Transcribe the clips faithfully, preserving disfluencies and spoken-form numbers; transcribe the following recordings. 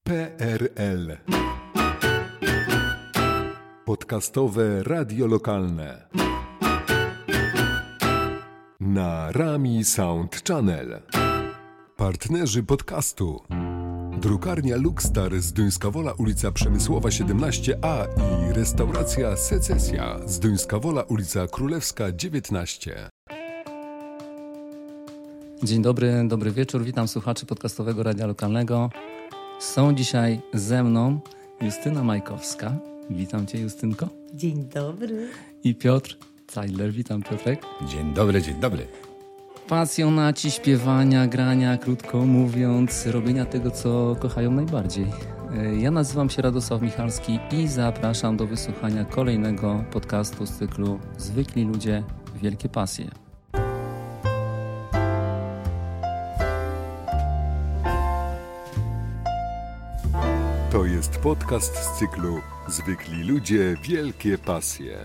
P R L. Podcastowe radio lokalne. Na Rami Sound Channel. Partnerzy podcastu: Drukarnia Luxstar z Duńska Wola, ulica Przemysłowa siedemnaście A i restauracja Secesja z Duńska Wola, ulica Królewska dziewiętnaście. Dzień dobry, dobry wieczór. Witam słuchaczy podcastowego radia lokalnego. Są dzisiaj ze mną Justyna Majkowska. Witam Cię, Justynko. Dzień dobry. I Piotr Cajdler. Witam, Piotrek. Dzień dobry, dzień dobry. Pasjonaci śpiewania, grania, krótko mówiąc, robienia tego, co kochają najbardziej. Ja nazywam się Radosław Michalski i zapraszam do wysłuchania kolejnego podcastu z cyklu Zwykli ludzie, wielkie pasje. To jest podcast z cyklu Zwykli ludzie, wielkie pasje.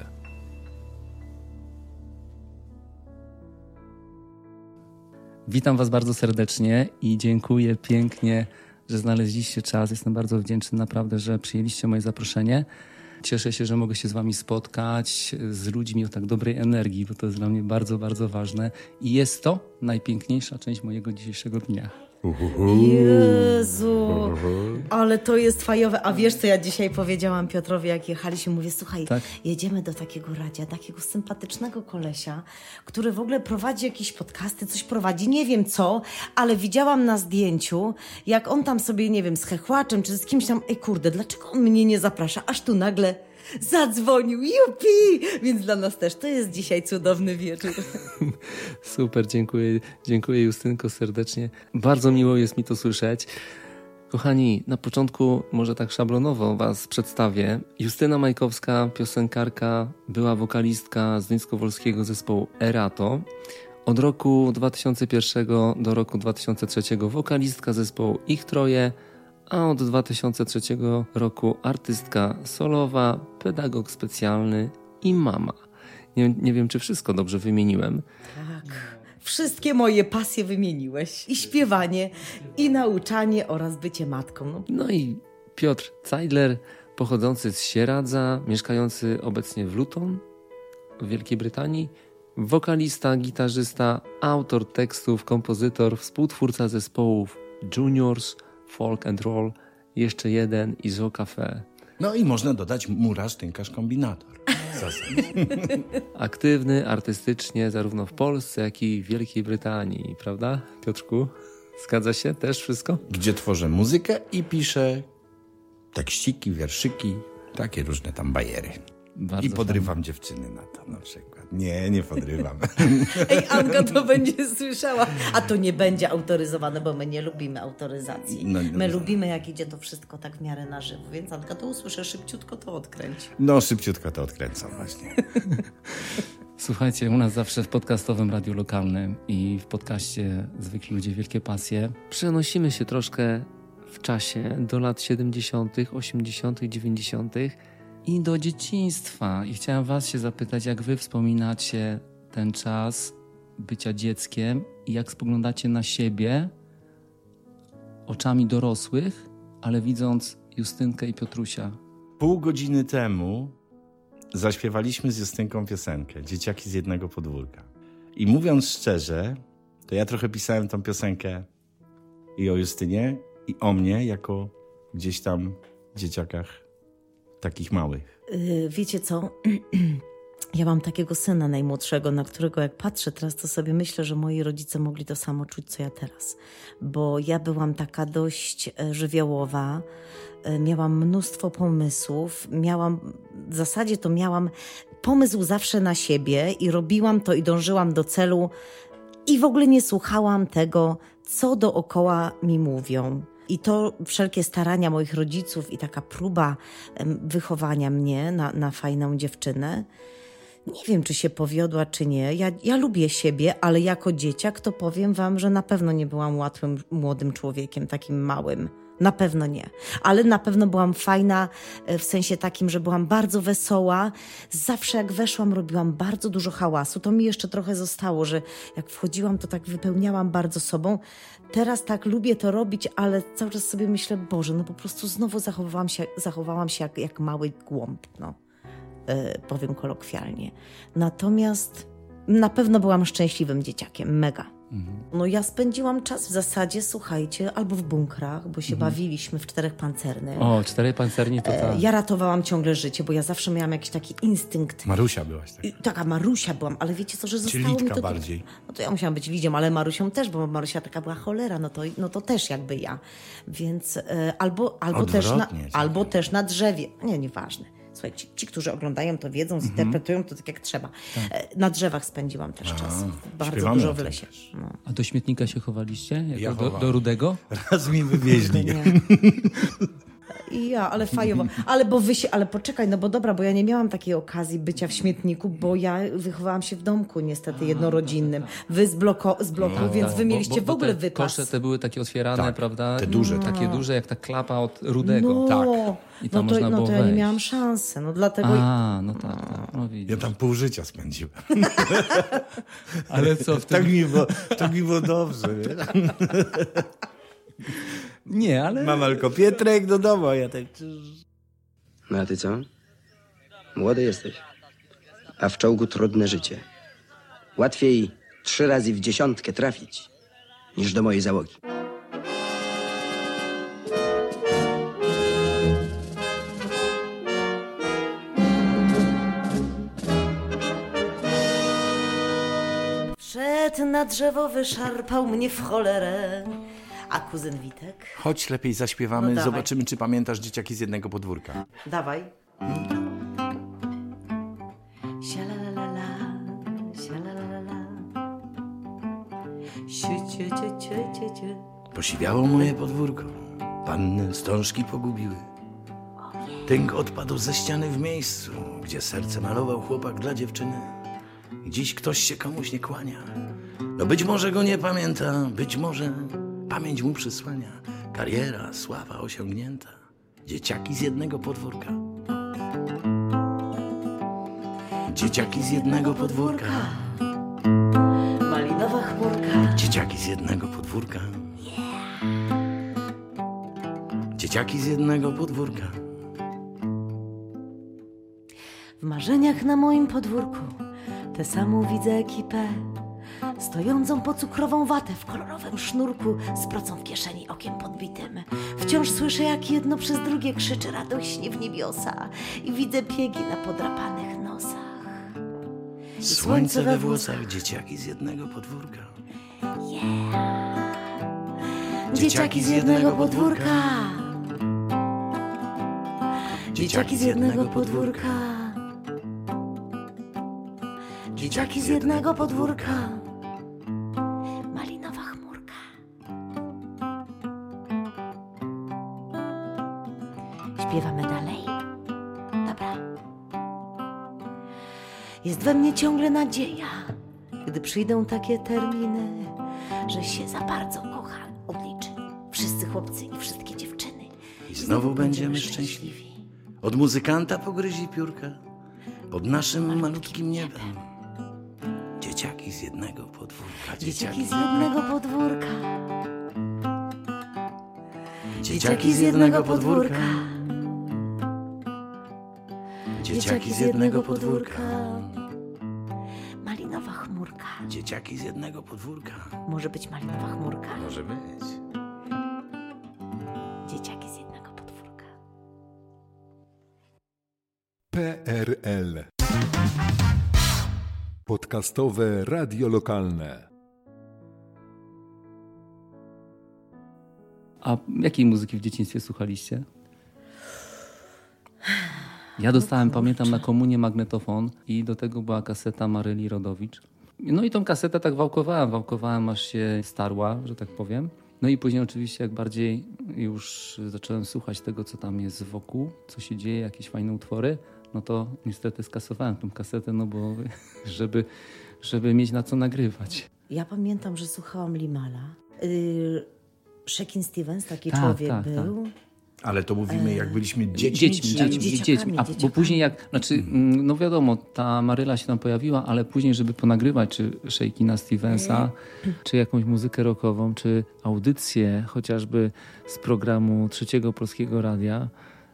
Witam Was bardzo serdecznie i dziękuję pięknie, że znaleźliście czas. Jestem bardzo wdzięczny naprawdę, że przyjęliście moje zaproszenie. Cieszę się, że mogę się z Wami spotkać, z ludźmi o tak dobrej energii, bo to jest dla mnie bardzo, bardzo ważne. I jest to najpiękniejsza część mojego dzisiejszego dnia. Jezu, ale to jest fajowe. A wiesz, co ja dzisiaj powiedziałam Piotrowi, jak jechaliśmy? Mówię, słuchaj, tak? jedziemy do takiego radzia, takiego sympatycznego kolesia, który w ogóle prowadzi jakieś podcasty, coś prowadzi, nie wiem co, ale widziałam na zdjęciu, jak on tam sobie, nie wiem, z chechłaczem, czy z kimś tam, ej kurde, dlaczego on mnie nie zaprasza? Aż tu nagle zadzwonił, jupi! Więc dla nas też to jest dzisiaj cudowny wieczór. Super, dziękuję, dziękuję Justynko serdecznie. Bardzo miło jest mi to słyszeć. Kochani, na początku może tak szablonowo Was przedstawię. Justyna Majkowska, piosenkarka, była wokalistka z duńskowolskiego zespołu Erato. Od roku dwa tysiące pierwszego do roku dwa tysiące trzeciego wokalistka zespołu Ich Troje, a od dwa tysiące trzeciego roku artystka solowa, pedagog specjalny i mama. Nie, nie wiem, czy wszystko dobrze wymieniłem. Tak. Wszystkie moje pasje wymieniłeś. I śpiewanie, i nauczanie oraz bycie matką. No, no i Piotr Cajdler, pochodzący z Sieradza, mieszkający obecnie w Luton w Wielkiej Brytanii. Wokalista, gitarzysta, autor tekstów, kompozytor, współtwórca zespołów Juniors, Folk and Roll, jeszcze jeden i Zoo Cafe. No i można dodać murarz, tynkarz, kombinator. Aktywny artystycznie zarówno w Polsce, jak i w Wielkiej Brytanii, prawda, Piotrku? Zgadza się? Też wszystko? Gdzie tworzę muzykę i piszę tekściki, wierszyki, takie różne tam bajery. Bardzo I podrywam fajnie. Dziewczyny na to na przykład. Nie, nie podrywam. Ej, Anka to będzie słyszała. A to nie będzie autoryzowane, bo my nie lubimy autoryzacji. No, my no. lubimy, jak idzie to wszystko tak w miarę na żywo. Więc Anka to usłyszę, szybciutko to odkręć. No, szybciutko to odkręcam właśnie. Słuchajcie, u nas zawsze w podcastowym radiu lokalnym i w podcaście Zwykli ludzie, wielkie pasje przenosimy się troszkę w czasie do lat siedemdziesiątych, osiemdziesiątych, dziewięćdziesiątych i do dzieciństwa. I chciałem Was się zapytać, jak Wy wspominacie ten czas bycia dzieckiem i jak spoglądacie na siebie oczami dorosłych, ale widząc Justynkę i Piotrusia. Pół godziny temu zaśpiewaliśmy z Justynką piosenkę Dzieciaki z jednego podwórka. I mówiąc szczerze, to ja trochę pisałem tą piosenkę i o Justynie, i o mnie, jako gdzieś tam dzieciakach takich małych. Yy, wiecie co? Ja mam takiego syna najmłodszego, na którego jak patrzę teraz, to sobie myślę, że moi rodzice mogli to samo czuć, co ja teraz. Bo ja byłam taka dość żywiołowa, miałam mnóstwo pomysłów, miałam, w zasadzie to miałam pomysł zawsze na siebie i robiłam to i dążyłam do celu i w ogóle nie słuchałam tego, co dookoła mi mówią. I to wszelkie starania moich rodziców i taka próba wychowania mnie na, na fajną dziewczynę, nie wiem, czy się powiodła, czy nie. Ja, ja lubię siebie, ale jako dzieciak to powiem wam, że na pewno nie byłam łatwym, młodym człowiekiem, takim małym. Na pewno nie. Ale na pewno byłam fajna w sensie takim, że byłam bardzo wesoła. Zawsze jak weszłam, robiłam bardzo dużo hałasu. To mi jeszcze trochę zostało, że jak wchodziłam, to tak wypełniałam bardzo sobą. Teraz tak lubię to robić, ale cały czas sobie myślę, Boże, no po prostu znowu zachowałam się, zachowałam się jak, jak mały głąb, no. Yy, powiem kolokwialnie. Natomiast na pewno byłam szczęśliwym dzieciakiem, mega. No ja spędziłam czas w zasadzie, słuchajcie, albo w bunkrach, bo się mhm. bawiliśmy w czterech pancernych. O, czterej pancerni to tak. Ja ratowałam ciągle życie, bo ja zawsze miałam jakiś taki instynkt. Marusia byłaś taka. Taka Marusia byłam, ale wiecie co, że zostało Lidka mi to... bardziej. No to ja musiałam być Lidzią, ale Marusią też, bo Marusia taka była cholera, no to, no to też jakby ja. Więc e, albo, albo, też na, albo też na drzewie. Nie, nieważne. Słuchaj, ci, ci, którzy oglądają to wiedzą, mm-hmm. zinterpretują to tak jak trzeba. Tak. Na drzewach spędziłam też czas. A, bardzo dużo w lesie. No. A do śmietnika się chowaliście? Ja do, do Rudego? Raz mi wywieźli. Ja, ale fajowo. Ale bo wy się, ale poczekaj, no bo dobra, bo ja nie miałam takiej okazji bycia w śmietniku, bo ja wychowałam się w domku niestety jednorodzinnym. Wy z, bloko, z bloku, no, więc tak, wy mieliście bo, bo, w ogóle te wypas. Kosze te były takie otwierane, tak, prawda? Te duże. No. Takie duże, jak ta klapa od Rudego. No, tak. I tam no to, można no było to ja wejść. nie miałam szansy, no dlatego... A, no tak, tak. No, ja tam pół życia spędziłem. Ale co w tym... tak, mi było, tak mi było dobrze. Nie, ale... Mam tylko Pietrek do domu, a ja tak... No a ty co? Młody jesteś. A w czołgu trudne życie. Łatwiej trzy razy w dziesiątkę trafić, niż do mojej załogi. Wszedł na drzewo, wyszarpał mnie w cholerę. A kuzyn Witek? Chodź, lepiej zaśpiewamy, No zobaczymy, czy pamiętasz dzieciaki z jednego podwórka. Dawaj. Sialalalala, sialalalala. Siecie, cie, cie, cie, cie. Posiwiało moje podwórko, panny wstążki pogubiły. Tynk odpadł ze ściany w miejscu, gdzie serce malował chłopak dla dziewczyny. Dziś ktoś się komuś nie kłania. No być może go nie pamięta, być może pamięć mu przysłania. Kariera, sława osiągnięta. Dzieciaki z jednego podwórka. Dzieciaki z jednego podwórka. Malinowa chmurka. Dzieciaki z jednego podwórka. Dzieciaki z jednego podwórka. W marzeniach na moim podwórku tę samą widzę ekipę, stojącą po cukrową watę w kolorowym sznurku, z procą w kieszeni, okiem podbitym. Wciąż słyszę, jak jedno przez drugie krzyczy radośnie w niebiosa i widzę piegi na podrapanych nosach. I Słońce we włosach, dzieciaki z jednego podwórka. Yeah. Dzieciaki z jednego podwórka. Dzieciaki z jednego podwórka. Dzieciaki z jednego podwórka. Malinowa chmurka. Śpiewamy dalej? Dobra. Jest we mnie ciągle nadzieja, gdy przyjdą takie terminy, że się za bardzo kocha, odliczy. Wszyscy chłopcy i wszystkie dziewczyny. I znowu będziemy szczęśliwi. Od muzykanta pogryzi piórka pod naszym malutkim niebem. Dzieciaki z jednego podwórka. Dzieciaki z jednego podwórka. Dzieciaki z jednego podwórka. Dzieciaki z jednego podwórka. Malinowa chmurka. Dzieciaki z jednego podwórka. Może być malinowa chmurka? Może być. Dzieciaki z jednego podwórka. P R L. Podcastowe radio lokalne. A jakiej muzyki w dzieciństwie słuchaliście? Ja dostałem, no pamiętam, na komunię magnetofon i do tego była kaseta Maryli Rodowicz. No i tą kasetę tak wałkowałem, wałkowałem aż się starła, że tak powiem. No i później oczywiście jak bardziej już zacząłem słuchać tego, co tam jest wokół, co się dzieje, jakieś fajne utwory, no to niestety skasowałem tą kasetę, no bo żeby, żeby mieć na co nagrywać. Ja pamiętam, że słuchałam Limala. Yy, Shakin' Stevens, taki Tak, człowiek tak, był. Ale to mówimy, jak byliśmy dziećmi. Dziećmi, czy- dziećmi, dzieciakami, dziećmi. A, bo dzieciakami. później jak, znaczy, no wiadomo, ta Maryla się tam pojawiła, ale później, żeby ponagrywać czy Shakina Stevensa, czy jakąś muzykę rockową, czy audycję chociażby z programu Trzeciego Polskiego Radia,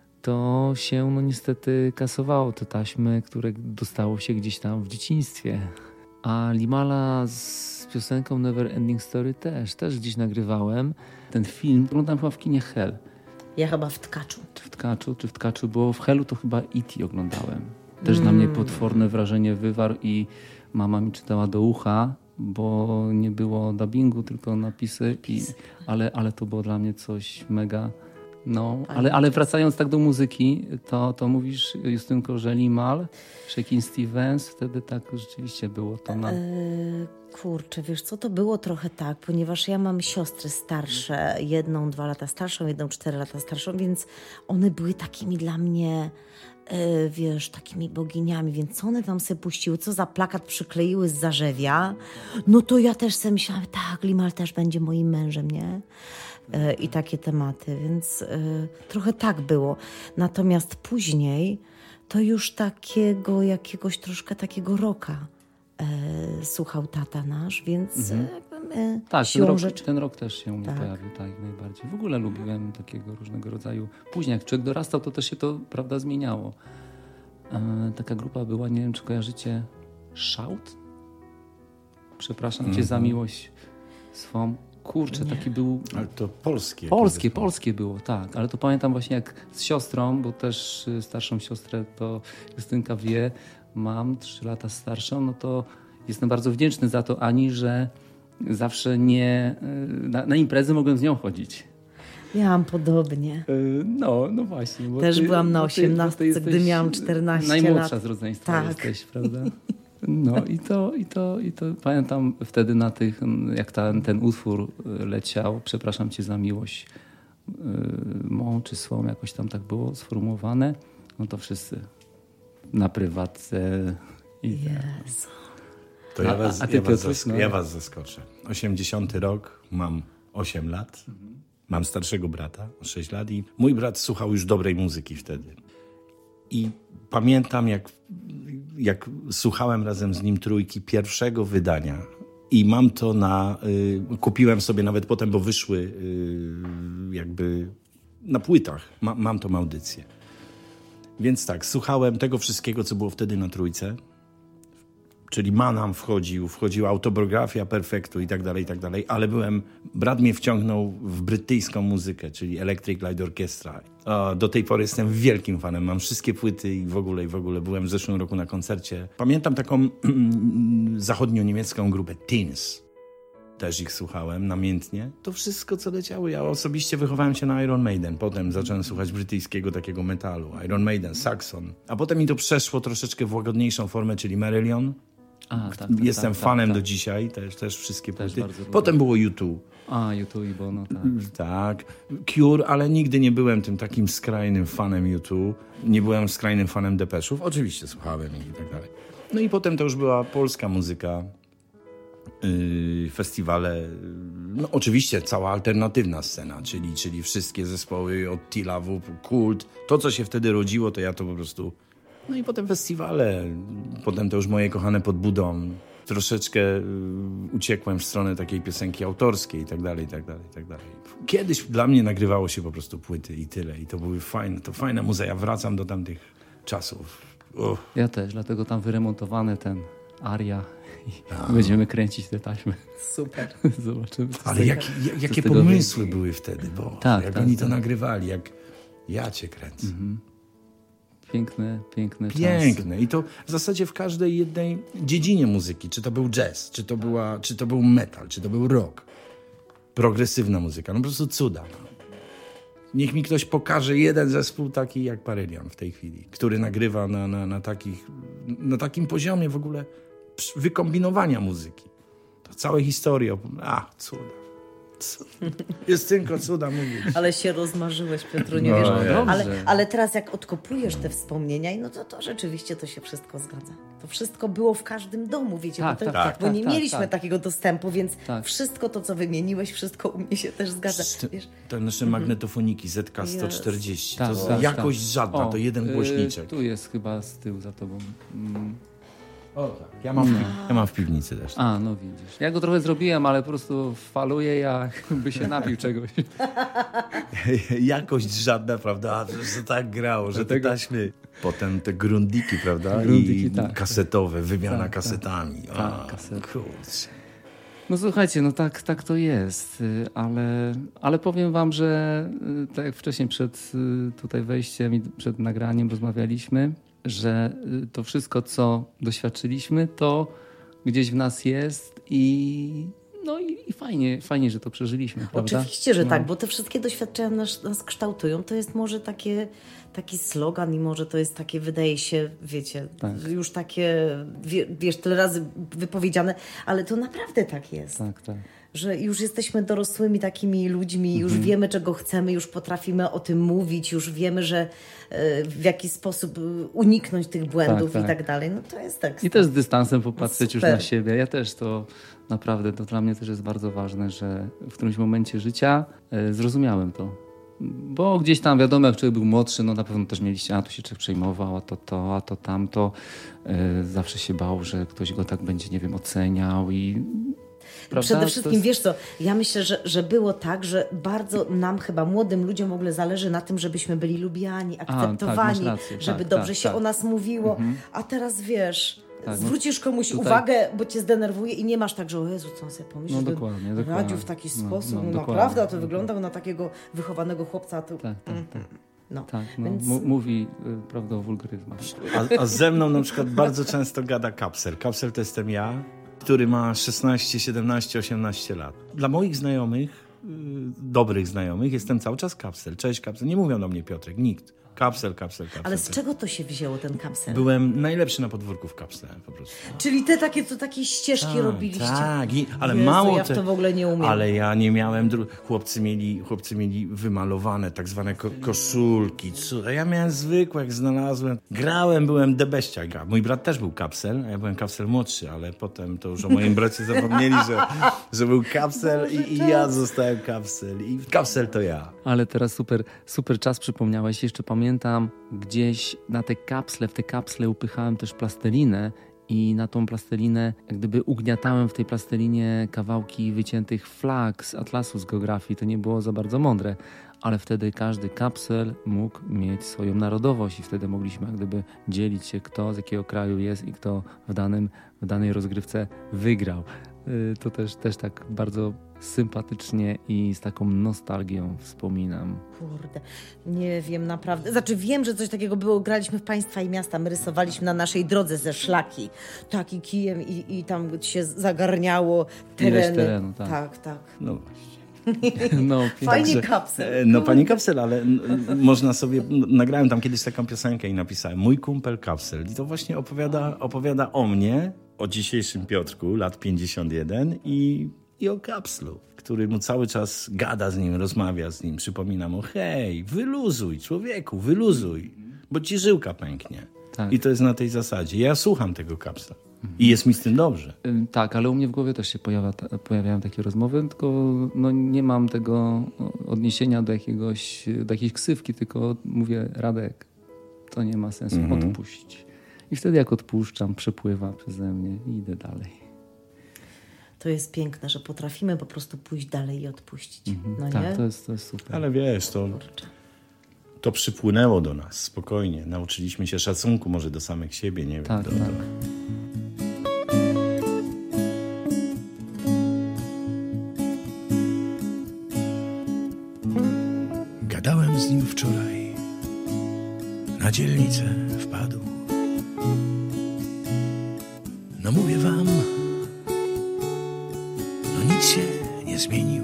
to się no niestety kasowało te taśmy, które dostało się gdzieś tam w dzieciństwie. A Limala z piosenką Never Ending Story też, też gdzieś nagrywałem. Ten film oglądałem chyba w kinie Hell. Ja chyba w Tkaczu. Czy w Tkaczu, czy w Tkaczu, bo w Hellu to chyba E T oglądałem. Też na mnie potworne wrażenie wywarł i mama mi czytała do ucha, bo nie było dubbingu, tylko napisy, i, ale, ale to było dla mnie coś mega. No, ale, ale wracając tak do muzyki, to, to mówisz, Justynko, że Limal, Shakin' Stevens, wtedy tak rzeczywiście było to na... E, kurczę, wiesz co, to było trochę tak, ponieważ ja mam siostry starsze, jedną dwa lata starszą, jedną cztery lata starszą, więc one były takimi dla mnie, e, wiesz, takimi boginiami, więc co one tam sobie puściły, co za plakat przykleiły z Zarzewia, no to ja też sobie myślałam, tak, Limal też będzie moim mężem, nie? E, I takie tematy, więc e, trochę tak było. Natomiast później to już takiego jakiegoś troszkę takiego rocka e, słuchał tata nasz, więc mhm. jakby my Tak, ten siłą rok, rzeczy... ten rok też się u mnie Tak. pojawił, tak, jak najbardziej. W ogóle lubiłem takiego różnego rodzaju... Później jak człowiek dorastał, to też się to, prawda, zmieniało. E, taka grupa była, nie wiem, czy kojarzycie, Shout? Przepraszam cię za miłość swą. Kurczę, Nie. taki był... Ale to polskie. Polskie, polskie było, tak. Ale to pamiętam właśnie jak z siostrą, bo też y, starszą siostrę to Justynka wie, mam trzy lata starszą, no to jestem bardzo wdzięczny za to, Ani, że zawsze nie... y, Na, na imprezy mogłem z nią chodzić. Miałam podobnie. Y, No, no właśnie. Bo Też ty, byłam na bo ty- bo ty osiemnastce, jesteś gdy miałam czternaście najmłodsza lat. z rodzeństwa Tak. jesteś, prawda? No i to, i to, i to pamiętam wtedy na tych, jak ta, ten utwór leciał, przepraszam cię za miłość yy, mą czy swą, jakoś tam tak było sformułowane, no to wszyscy na prywatce. I Jezu. To ja A- was, a ty, ja, was Piotruś, zask- no? ja was zaskoczę. osiemdziesiąty rok, mam osiem lat, mam starszego brata, sześć lat i mój brat słuchał już dobrej muzyki wtedy. I pamiętam, jak, jak słuchałem razem z nim trójki pierwszego wydania i mam to na... Y, kupiłem sobie nawet potem, bo wyszły y, jakby na płytach. Ma, mam tą audycję. Więc tak, słuchałem tego wszystkiego, co było wtedy na trójce. Czyli Manam wchodził, wchodziła autobiografia Perfektu i tak dalej, i tak dalej. Ale byłem, brat mnie wciągnął w brytyjską muzykę, czyli Electric Light Orchestra. O, do tej pory jestem wielkim fanem, mam wszystkie płyty i w ogóle, i w ogóle. Byłem w zeszłym roku na koncercie. Pamiętam taką zachodnio-niemiecką grupę Teens. Też ich słuchałem namiętnie. To wszystko, co leciało. Ja osobiście wychowałem się na Iron Maiden. Potem zacząłem słuchać brytyjskiego takiego metalu. Iron Maiden, Saxon. A potem mi to przeszło troszeczkę w łagodniejszą formę, czyli Marillion. A, tak, tak, Jestem tak, fanem tak, do tak. dzisiaj, też, też wszystkie Też płyty. bardzo lubię. Potem było U dwa. A, YouTube i Bono, tak. Tak. Cure, ale nigdy nie byłem tym takim skrajnym fanem U dwa. Nie byłem skrajnym fanem Depeszów. Oczywiście słuchałem ich i tak dalej. No i potem to już była polska muzyka. Yy, festiwale, no oczywiście cała alternatywna scena, czyli, czyli wszystkie zespoły od T-Love'u, Kult, to co się wtedy rodziło, to ja to po prostu... No i potem festiwale, potem to już moje kochane Pod budą. Troszeczkę yy, uciekłem w stronę takiej piosenki autorskiej i tak dalej, i tak dalej, i tak dalej. Kiedyś dla mnie nagrywało się po prostu płyty i tyle. I to były fajne, to fajna muza. Ja wracam do tamtych czasów. Uff. Ja też, dlatego tam wyremontowany ten aria i będziemy kręcić te taśmy. Super. Zobaczymy. co Ale z jak, tego- jak, jakie z tego pomysły wyjdzie. były wtedy, bo Tak, jak tak, oni to tak. nagrywali, jak ja cię kręcę. Piękne, piękne czasy. Piękne. I to w zasadzie w każdej jednej dziedzinie muzyki, czy to był jazz, czy to, była, czy to był metal, czy to był rock, progresywna muzyka, no po prostu cuda. No. Niech mi ktoś pokaże jeden zespół taki jak Marillion w tej chwili, który nagrywa na, na, na, takich, na takim poziomie w ogóle wykombinowania muzyki. To całe historie, a cuda. Justynko, cuda mówić. Ale się rozmarzyłeś, Piotrunie, No, wiesz. dobrze. Ale, ale teraz jak odkopujesz te wspomnienia, no to, to rzeczywiście to się wszystko zgadza. To wszystko było w każdym domu, wiecie, Tak, bo, to, tak, tak, bo nie tak, mieliśmy tak. takiego dostępu, więc Tak. wszystko to, co wymieniłeś, wszystko u mnie się też zgadza. Wiesz? Te nasze magnetofoniki Z K sto czterdzieści, Tak, to tak, jakość tak. żadna, O, to jeden y, głośniczek. Tu jest chyba z tyłu za tobą. Mm. O, tak. ja, mam w, pi- ja mam w piwnicy też. A, no widzisz. Ja go trochę zrobiłem, ale po prostu faluję, jakby się napił czegoś. Jakość żadna, prawda? Że to tak grało, że te Dlatego- taśmy. Potem te grundiki, prawda? Grundiki, I tak. kasetowe, wymiana Tak, tak. kasetami. Tak, A, kasety. kurczę. No słuchajcie, no tak, tak to jest, y, ale, ale powiem wam, że y, tak jak wcześniej przed y, tutaj wejściem i przed nagraniem rozmawialiśmy, że y, to wszystko, co doświadczyliśmy, to gdzieś w nas jest i no i, i fajnie, fajnie, że to przeżyliśmy, prawda? Oczywiście, że no. tak, bo te wszystkie doświadczenia nas, nas kształtują. To jest może takie, taki slogan i może to jest takie, wydaje się, wiecie, Tak. już takie, wie, wiesz, tyle razy wypowiedziane, ale to naprawdę tak jest. Tak, tak. Że już jesteśmy dorosłymi takimi ludźmi, już Mhm. wiemy, czego chcemy, już potrafimy o tym mówić, już wiemy, że e, w jaki sposób e, uniknąć tych błędów Tak, i tak. tak dalej. No to jest tak. I też z dystansem popatrzeć już Super. na siebie. Ja też to naprawdę, to dla mnie też jest bardzo ważne, że w którymś momencie życia e, zrozumiałem to. Bo gdzieś tam wiadomo, jak człowiek był młodszy, no na pewno też mieliście, a tu się człowiek przejmował, a to to, a to tamto. E, zawsze się bał, że ktoś go tak będzie, nie wiem, oceniał i... Prawda? Przede To wszystkim, jest- wiesz co, ja myślę, że, że było tak, że bardzo nam chyba, młodym ludziom w ogóle zależy na tym, żebyśmy byli lubiani, tak, akceptowani, masz rację, żeby tak, dobrze tak, się tak. o nas mówiło. A teraz wiesz, Tak, no zwrócisz komuś tutaj- uwagę, bo cię zdenerwuje i nie masz tak, że o Jezu, co on sobie pomyśli, No że dokładnie, radził dokładnie. w taki No, sposób, no, no, dokładnie. naprawdę, a to wyglądał na takiego wychowanego chłopca. A tu... Tak, tak, tak. No. tak no, Więc... mu- mówi y, prawda o wulgaryzmach. A, a ze mną na przykład bardzo często gada Kapsel. Kapsel to jestem ja, który ma szesnaście, siedemnaście, osiemnaście lat. Dla moich znajomych, yy, dobrych znajomych, jestem cały czas Kapsel. Cześć Kapsel. Nie mówią do mnie Piotrek, nikt. Kapsel, Kapsel, Kapsel. Ale z czego to się wzięło, ten kapsel? Byłem najlepszy na podwórku w Kapsle po prostu. Czyli te takie, to takie ścieżki Tak, robiliście. Tak, i, ale Jezu, mało ja w te- to w ogóle nie umiem. Ale ja nie miałem... Dru... Chłopcy, mieli, chłopcy mieli wymalowane tak zwane ko- koszulki. Co? A ja miałem zwykłe, jak znalazłem. Grałem, byłem debeściak. A mój brat też był Kapsel, a ja byłem Kapsel młodszy, ale potem to już o moim bracie zapomnieli, że, że był Kapsel i, i ja zostałem Kapsel. I Kapsel to ja. Ale teraz super, super czas przypomniałeś. Jeszcze pamiętam, gdzieś na te kapsle, w te kapsle upychałem też plastelinę i na tą plastelinę, jak gdyby ugniatałem w tej plastelinie kawałki wyciętych flag z atlasu z geografii. To nie było za bardzo mądre, ale wtedy każdy kapsel mógł mieć swoją narodowość i wtedy mogliśmy jak gdyby dzielić się, kto z jakiego kraju jest i kto w, danym, w danej rozgrywce wygrał. Yy, To też, też tak bardzo sympatycznie i z taką nostalgią wspominam. Kurde, nie wiem naprawdę. Znaczy wiem, że coś takiego było, graliśmy w Państwa i Miasta, my rysowaliśmy na naszej drodze ze szlaki. Taki kijem i, i tam się zagarniało tereny. Ileś terenu, tak. Tak, tak. No właśnie. No, Fajnie także- kapsel. E, No pani Kapsel, ale n- n- można sobie... n- Nagrałem tam kiedyś taką piosenkę i napisałem Mój kumpel Kapsel. I to właśnie opowiada, opowiada o mnie, o dzisiejszym Piotrku, lat pięćdziesiąt jeden i, i o Kapslu, który mu cały czas gada z nim, rozmawia z nim, przypomina mu, hej, wyluzuj, człowieku, wyluzuj, bo ci żyłka pęknie. Tak. I to jest na tej zasadzie. Ja słucham tego Kapsla i jest mi z tym dobrze. Ym, Tak, ale u mnie w głowie też się pojawia, ta, pojawiają takie rozmowy, tylko no, nie mam tego odniesienia do jakiegoś, do jakiejś ksywki, tylko mówię, Radek, to nie ma sensu, Mhm. odpuść. I wtedy jak odpuszczam, przepływa przeze mnie i idę dalej. To jest piękne, że potrafimy po prostu pójść dalej i odpuścić. No nie? Tak, to jest, to jest super. Ale wiesz, to, to przypłynęło do nas spokojnie. Nauczyliśmy się szacunku może do samych siebie, nie wiem. Tak, do, tak. do... Gadałem z nim wczoraj, na dzielnicę wpadł. No mówię wam, no nic się nie zmienił.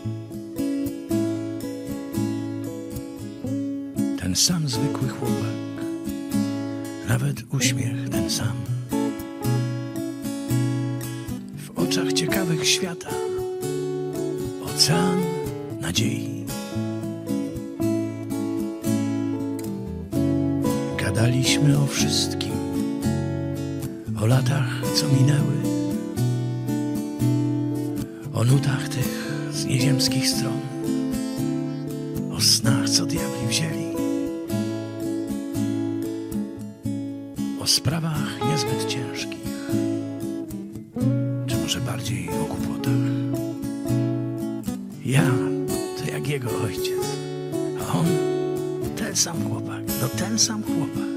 Ten sam zwykły chłopak, nawet uśmiech ten sam. W oczach ciekawych świata, od ocean nadziei. Gadaliśmy o wszystkim, o latach, co minęły, o nutach tych z nieziemskich stron, o snach, co diabli wzięli, o sprawach niezbyt ciężkich, czy może bardziej o głupotach. Ja to jak jego ojciec, a on ten sam chłopak, no ten sam chłopak.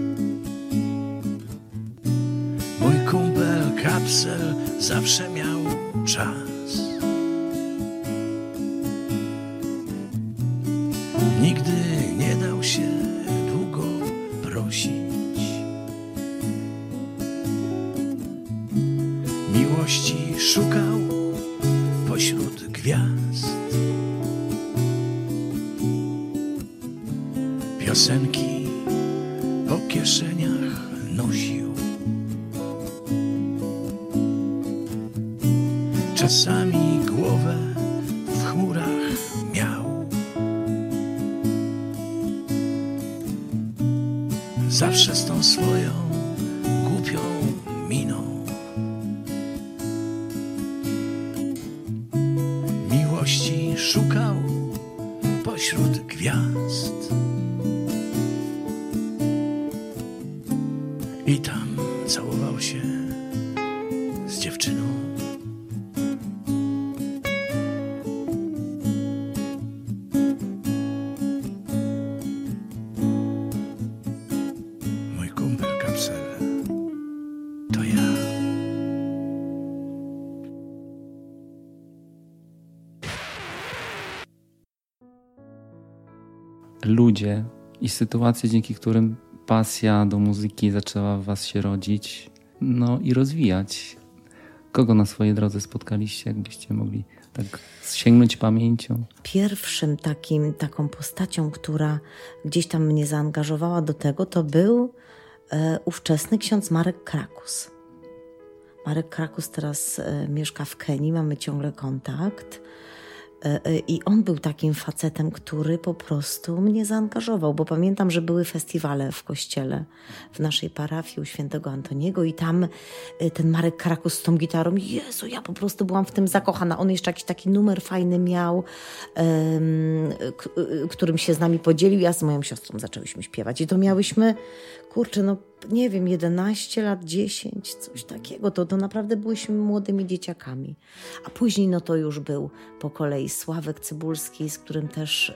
Mój kumpel Kapsel zawsze miał czas. Nigdy nie dał się długo prosić. Miłości szukał pośród gwiazd. Piosenki po kieszeniach nosił. Czasami głowę w chmurach miał. Zawsze z tą swoją głupią miną. Miłości szukał pośród gwiazd. I tam całował się z dziewczyną. Mój kumpel Kapsel to ja. Ludzie i sytuacje, dzięki którym pasja do muzyki zaczęła w was się rodzić, no i rozwijać. Kogo na swojej drodze spotkaliście, jakbyście mogli tak sięgnąć pamięcią? Pierwszym takim, taką postacią, która gdzieś tam mnie zaangażowała do tego, to był e, ówczesny ksiądz Marek Krakus. Marek Krakus teraz e, mieszka w Kenii, mamy ciągle kontakt. I on był takim facetem, który po prostu mnie zaangażował, bo pamiętam, że były festiwale w kościele w naszej parafii u świętego Antoniego i tam ten Marek Krakus z tą gitarą, Jezu, ja po prostu byłam w tym zakochana. On jeszcze jakiś taki numer fajny miał, um, k- którym się z nami podzielił. Ja z moją siostrą zaczęłyśmy śpiewać i to miałyśmy, kurczę, no nie wiem, jedenaście lat, dziesięć, coś takiego. To, to naprawdę byłyśmy młodymi dzieciakami. A później no to już był po kolei Sławek Cybulski, z którym też y,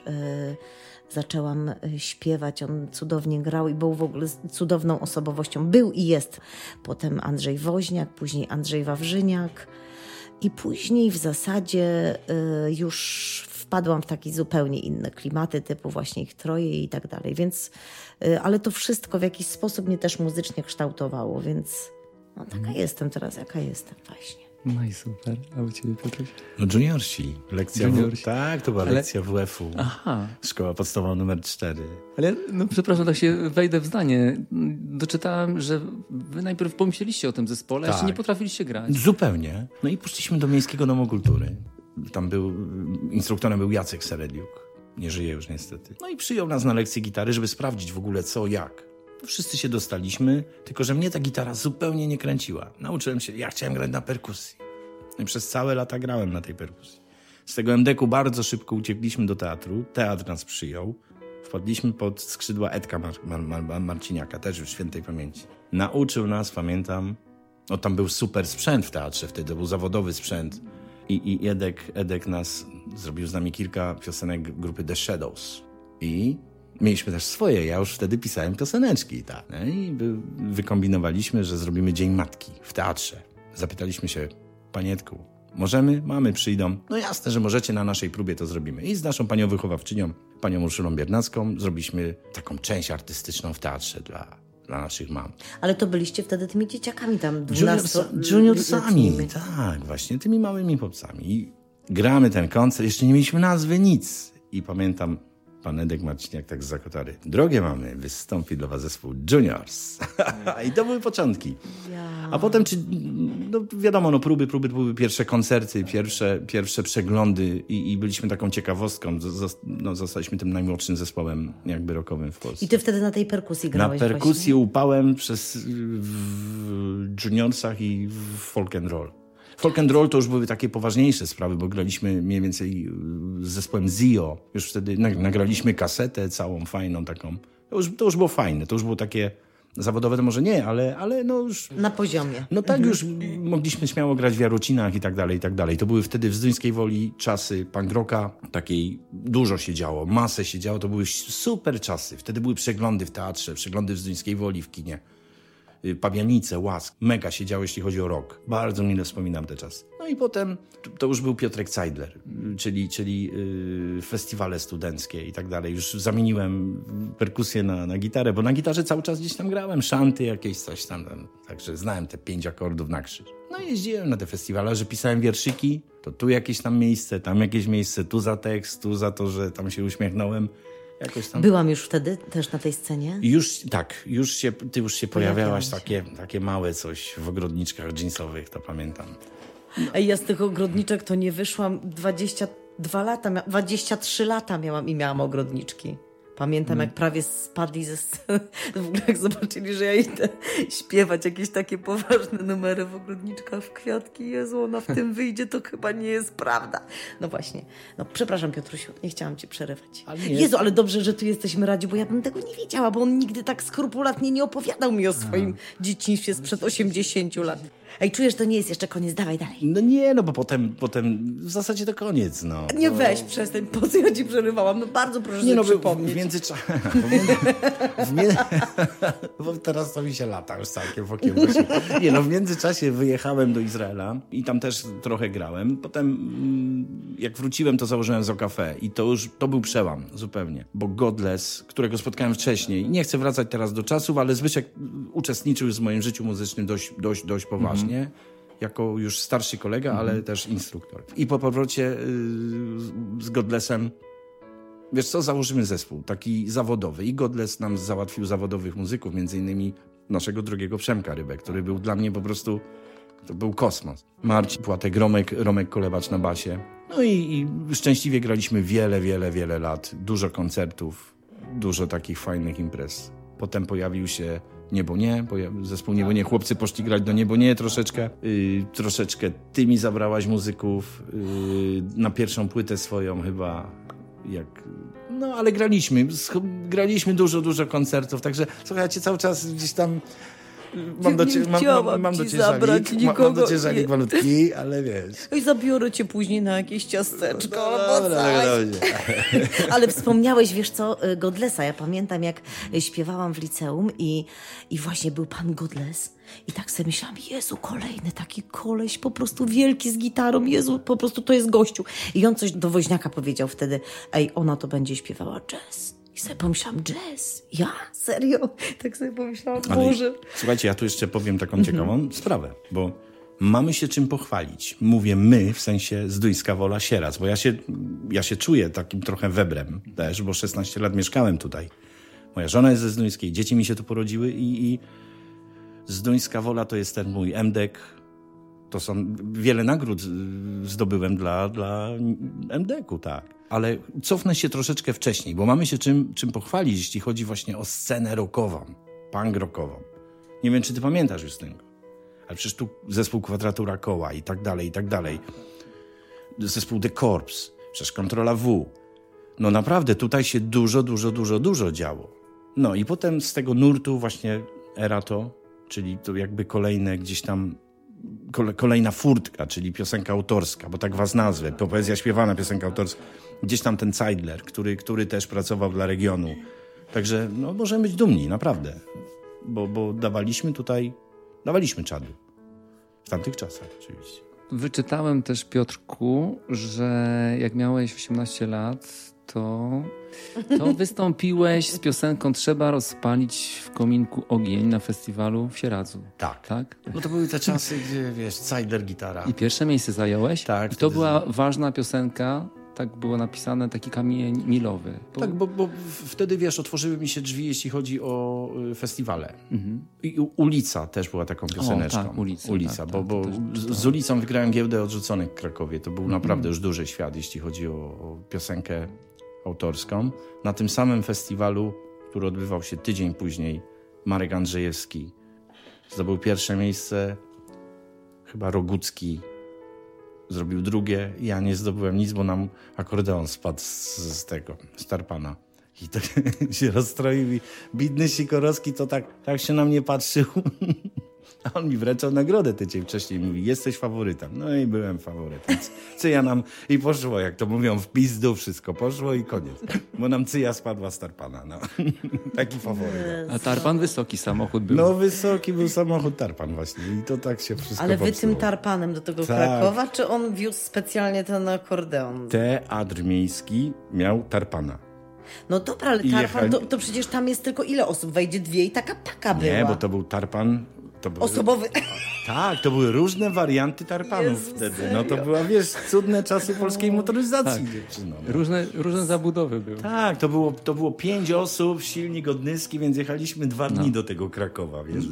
zaczęłam y, śpiewać. On cudownie grał i był w ogóle cudowną osobowością. Był i jest. Potem Andrzej Woźniak, później Andrzej Wawrzyniak. I później w zasadzie y, już wpadłam w takie zupełnie inne klimaty, typu właśnie ich troje i tak dalej. Więc, y, ale to wszystko w jakiś sposób mnie też muzycznie kształtowało, więc no, taka mm. jestem teraz, jaka jestem właśnie. No i super. A u ciebie, Piotruś? No juniorsi. Lekcja Juniorsi. W... Tak, to była Ale... lekcja W F u. Aha. Szkoła podstawowa numer cztery. Ale, no przepraszam, tak się wejdę w zdanie. Doczytałem, że wy najpierw pomyśleliście o tym zespole, tak. a jeszcze nie potrafiliście grać. Zupełnie. No i poszliśmy do Miejskiego Domu Kultury. Tam był, instruktorem był Jacek Serediuk. Nie żyje już niestety. No i przyjął nas na lekcję gitary, żeby sprawdzić w ogóle co, jak. Wszyscy się dostaliśmy, tylko że mnie ta gitara zupełnie nie kręciła. Nauczyłem się, ja chciałem grać na perkusji. No i przez całe lata grałem na tej perkusji. Z tego em de ku bardzo szybko uciekliśmy do teatru. Teatr nas przyjął. Wpadliśmy pod skrzydła Edka Mar- Mar- Mar- Marciniaka, też już świętej pamięci. Nauczył nas, pamiętam, no tam był super sprzęt w teatrze wtedy, to był zawodowy sprzęt. I, i Edek, Edek nas zrobił z nami kilka piosenek grupy The Shadows. I mieliśmy też swoje, ja już wtedy pisałem pioseneczki. Tak, no i wykombinowaliśmy, że zrobimy Dzień Matki w teatrze. Zapytaliśmy się, panietku, możemy? Mamy, przyjdą. No jasne, że możecie, na naszej próbie to zrobimy. I z naszą panią wychowawczynią, panią Urszulą Biernacką, zrobiliśmy taką część artystyczną w teatrze dla, dla naszych mam. Ale to byliście wtedy tymi dzieciakami tam, dwunasto... Juniorsami, tak, właśnie, tymi małymi chłopcami. I gramy ten koncert, jeszcze nie mieliśmy nazwy, nic. I pamiętam, Pan Edek Marciniak tak z Zakotary. Drogie mamy, wystąpi dla was zespół Juniors. I to były początki. A potem, czy, no wiadomo, no próby, próby, były pierwsze koncerty, pierwsze, pierwsze przeglądy i, i byliśmy taką ciekawostką. Z, no, zostaliśmy tym najmłodszym zespołem jakby rockowym w Polsce. I ty wtedy na tej perkusji grałeś Na perkusji właśnie? upałem przez, w Juniorsach i w folk and roll. Folk and roll to już były takie poważniejsze sprawy, bo graliśmy mniej więcej z zespołem Zio. Już wtedy nagraliśmy kasetę całą fajną taką. To już, to już było fajne, to już było takie zawodowe, to może nie, ale, ale no już... Na poziomie. No tak już mogliśmy śmiało grać w Jarocinach i tak dalej, i tak dalej. To były wtedy w Zduńskiej Woli czasy punk rocka, takiej dużo się działo, masę się działo, to były super czasy. Wtedy były przeglądy w teatrze, przeglądy w Zduńskiej Woli, w kinie. Pabianice, Łask, mega się działo, jeśli chodzi o rock. Bardzo mile wspominam te czasy. No i potem to już był Piotrek Zeidler, czyli, czyli yy, festiwale studenckie i tak dalej. Już zamieniłem perkusję na, na gitarę, bo na gitarze cały czas gdzieś tam grałem, szanty jakieś, coś tam, tam. Także znałem te pięć akordów na krzyż. No i jeździłem na te festiwale, że pisałem wierszyki, to tu jakieś tam miejsce, tam jakieś miejsce, tu za tekst, tu za to, że tam się uśmiechnąłem. Jakoś tam. Byłam już wtedy też na tej scenie? Już, tak, już się, ty już się pojawiałaś, takie, takie małe coś w ogrodniczkach dżinsowych, to pamiętam. Ej, ja z tych ogrodniczek to nie wyszłam dwadzieścia dwa lata, mia- dwadzieścia trzy lata miałam i miałam ogrodniczki. Pamiętam, jak prawie spadli ze sceny. W ogóle jak zobaczyli, że ja idę śpiewać jakieś takie poważne numery w ogrodniczkach w kwiatki. Jezu, ona w tym wyjdzie, to chyba nie jest prawda. No właśnie. No przepraszam, Piotrusiu, nie chciałam cię przerywać. Ale nie. Jezu, ale dobrze, że tu jesteśmy radzi, bo ja bym tego nie wiedziała, bo on nigdy tak skrupulatnie nie opowiadał mi o swoim A. dzieciństwie sprzed osiemdziesięciu lat. Ej, czujesz, to nie jest jeszcze koniec, dawaj dalej. No nie, no bo potem, potem w zasadzie to koniec, no. Nie bo... weź, przestań, po co ja ci przerywałam? No bardzo proszę nie, no, przypomnieć. W międzyczasie... w między... w między... bo teraz to mi się lata już całkiem w okiem. Nie, no w międzyczasie wyjechałem do Izraela i tam też trochę grałem. Potem jak wróciłem, to założyłem Zo Cafe i to już, to był przełam zupełnie. Bo Godless, którego spotkałem wcześniej, nie chcę wracać teraz do czasów, ale Zbyszek uczestniczył już w moim życiu muzycznym dość, dość, dość poważnie. Mm-hmm. Jako już starszy kolega, mm-hmm. ale też instruktor. I po powrocie yy, z Godlessem, wiesz co, założymy zespół, taki zawodowy. I Godless nam załatwił zawodowych muzyków, między innymi naszego drugiego Przemka Rybę, który był dla mnie po prostu, to był kosmos. Marcin Płatek, Romek, Romek Kolebacz na basie. No i, i szczęśliwie graliśmy wiele, wiele, wiele lat. Dużo koncertów, dużo takich fajnych imprez. Potem pojawił się Niebo Nie, zespół Niebo Nie, chłopcy poszli grać do Niebo Nie troszeczkę. Yy, troszeczkę ty mi zabrałaś muzyków yy, na pierwszą płytę swoją chyba, jak... No, ale graliśmy, graliśmy dużo, dużo koncertów, także słuchajcie, cały czas gdzieś tam mam do ciebie mam, mam, mam do ciebie żalik, nikogo, mam do ciebie żalik malutki, ale wiesz. Oj, zabiorę cię później na jakieś ciasteczko, no, albo dobra, coś. Ale wspomniałeś, wiesz co, Godlessa. Ja pamiętam, jak śpiewałam w liceum i, i właśnie był pan Godless. I tak sobie myślałam, Jezu, kolejny taki koleś, po prostu wielki z gitarą, Jezu, po prostu to jest gościu. I on coś do Woźniaka powiedział wtedy, ej, ona to będzie śpiewała jazz. I sobie pomyślałam, jazz? Ja? Serio? Tak sobie pomyślałam, ale, Boże. Słuchajcie, ja tu jeszcze powiem taką ciekawą mm-hmm. sprawę, bo mamy się czym pochwalić. Mówię my, w sensie Zduńska Wola, Sieradz, bo ja się, ja się czuję takim trochę webrem też, bo szesnaście lat mieszkałem tutaj. Moja żona jest ze Zduńskiej, dzieci mi się tu porodziły i, i Zduńska Wola to jest ten mój M D K. To są, wiele nagród zdobyłem dla, dla M D K-u, tak. Ale cofnę się troszeczkę wcześniej, bo mamy się czym, czym pochwalić, jeśli chodzi właśnie o scenę rockową, punk rockową. Nie wiem, czy ty pamiętasz już tego. Ale przecież tu zespół Kwadratura Koła i tak dalej, i tak dalej. Zespół The Corps, przecież Kontrola W. No naprawdę, tutaj się dużo, dużo, dużo, dużo działo. No i potem z tego nurtu właśnie Erato, czyli to jakby kolejne gdzieś tam kole, kolejna furtka, czyli piosenka autorska, bo tak was nazwę, poezja śpiewana, piosenka autorska. Gdzieś tam ten Zeidler, który, który też pracował dla regionu. Także no, możemy być dumni, naprawdę. Bo, bo dawaliśmy tutaj, dawaliśmy czadu. W tamtych czasach oczywiście. Wyczytałem też, Piotrku, że jak miałeś osiemnaście lat, to, to wystąpiłeś z piosenką Trzeba rozpalić w kominku ogień na festiwalu w Sieradzu. Tak. tak? No to były te czasy, gdzie wiesz, Zeidler gitara. I pierwsze miejsce zająłeś. Tak. I to była ważna piosenka, tak było napisane, taki kamień milowy. Bo... Tak, bo, bo wtedy, wiesz, otworzyły mi się drzwi, jeśli chodzi o festiwale. Mhm. I ulica też była taką pioseneczką. O, tak, ulica. ulica tak, bo, tak, bo też, z, z ulicą wygrałem giełdę odrzuconych w Krakowie. To był mhm. naprawdę już duży świat, jeśli chodzi o, o piosenkę autorską. Na tym samym festiwalu, który odbywał się tydzień później, Marek Andrzejewski zdobył pierwsze miejsce, chyba Rogucki zrobił drugie. Ja nie zdobyłem nic, bo nam akordeon spadł z, z tego, z tarpana. I tak się rozstroił i bidny Sikorowski to tak, tak się na mnie patrzył. A on mi wręczał nagrodę tydzień wcześniej. Mówi, jesteś faworytem. No i byłem faworytem. Cyja nam i poszło, jak to mówią, w pizdu wszystko poszło i koniec. Bo nam cyja spadła z tarpana. No. Taki faworyt. A tarpan wysoki samochód był. No wysoki był samochód tarpan właśnie. I to tak się wszystko Ale wy popsuło. tym tarpanem do tego tak. Krakowa, czy on wiózł specjalnie ten akordeon? Teatr Miejski miał tarpana. No dobra, ale I tarpan, jechali... to, to przecież tam jest tylko ile osób? Wejdzie dwie i taka paka była. Nie, bo to był tarpan... To były... Osobowy. Tak, to były różne warianty tarpanów Jezu, wtedy. serio? No to była, wiesz, cudne czasy polskiej motoryzacji. Tak. Dziewczyno, no. Różne, różne zabudowy były. Tak, to było, to było pięć osób, silnik odnyski, więc jechaliśmy dwa dni No. do tego Krakowa, wiesz.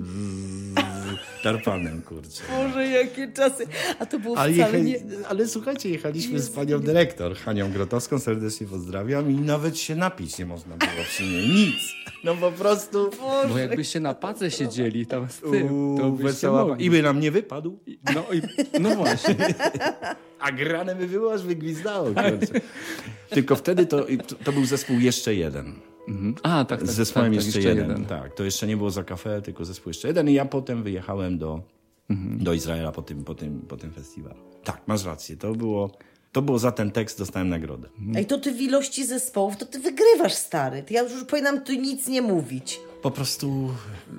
Tarpanem, kurczę. Boże, jakie czasy. A to było Ale, wcale jecha... nie... Ale słuchajcie, jechaliśmy z panią dyrektor, Hanią Grotowską, serdecznie pozdrawiam, i nawet się napić nie można było przy niej. Nic. No po prostu... Bo jakbyście na pace siedzieli tam z tym, to Uuu, byście wesoła... mogli. I by nam nie wypadł. No, i, no właśnie. A grane by było, aż wygwizdało. Kurczę. Tylko wtedy to, to był zespół Jeszcze Jeden. Mhm. A, tak, tak. Z zespołem tak, tak, jeszcze, jeszcze jeden. jeden. Tak, to jeszcze nie było Za Café, tylko zespół Jeszcze Jeden. I ja potem wyjechałem do, mhm. do Izraela po tym, po, tym, po tym festiwalu. Tak, masz rację. To było, to było za ten tekst, dostałem nagrodę. Ej, to ty w ilości zespołów, to ty wygrywasz, stary. Ja już powinnam tu nic nie mówić. Po prostu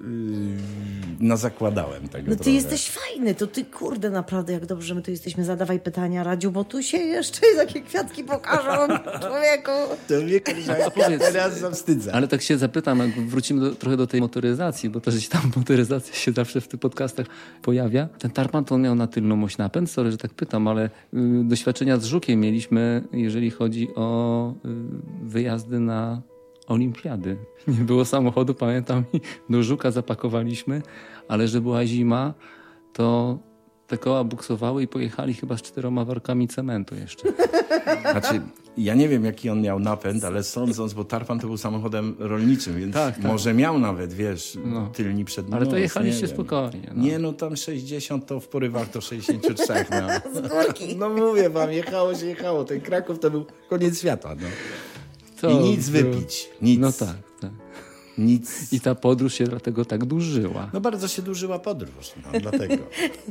yy, nazakładałem tego No ty trochę. jesteś fajny, to ty, kurde, naprawdę, jak dobrze my tu jesteśmy. Zadawaj pytania, Radziu, bo tu się jeszcze takie kwiatki pokażą, człowieku. To mnie, koleżanka, powiedz, teraz zawstydzę. Ale tak się zapytam, jak wrócimy do, trochę do tej motoryzacji, bo też tam motoryzacja się zawsze w tych podcastach pojawia. Ten tarpan to on miał na tylną oś napęd, sorry, że tak pytam, ale y, doświadczenia z Żukiem mieliśmy, jeżeli chodzi o y, wyjazdy na olimpiady. Nie było samochodu, pamiętam, i do Żuka zapakowaliśmy, ale że była zima, to te koła buksowały i pojechali chyba z czteroma workami cementu jeszcze. Znaczy, ja nie wiem, jaki on miał napęd, ale sądząc, bo tarpan to był samochodem rolniczym, więc Tak, tak. może miał nawet, wiesz, No. tylni przedni Ale to nos, jechaliście nie wiem. spokojnie. No. Nie, no tam sześćdziesiąt, to w porywach to sześćdziesiąt trzy. No. Z górki. No mówię wam, jechało się, jechało. Ten Kraków to był koniec świata. No. To I nic było- wypić. Nic. No tak, tak. Nic. I ta podróż się dlatego tak dłużyła. No bardzo się dłużyła podróż, no dlatego.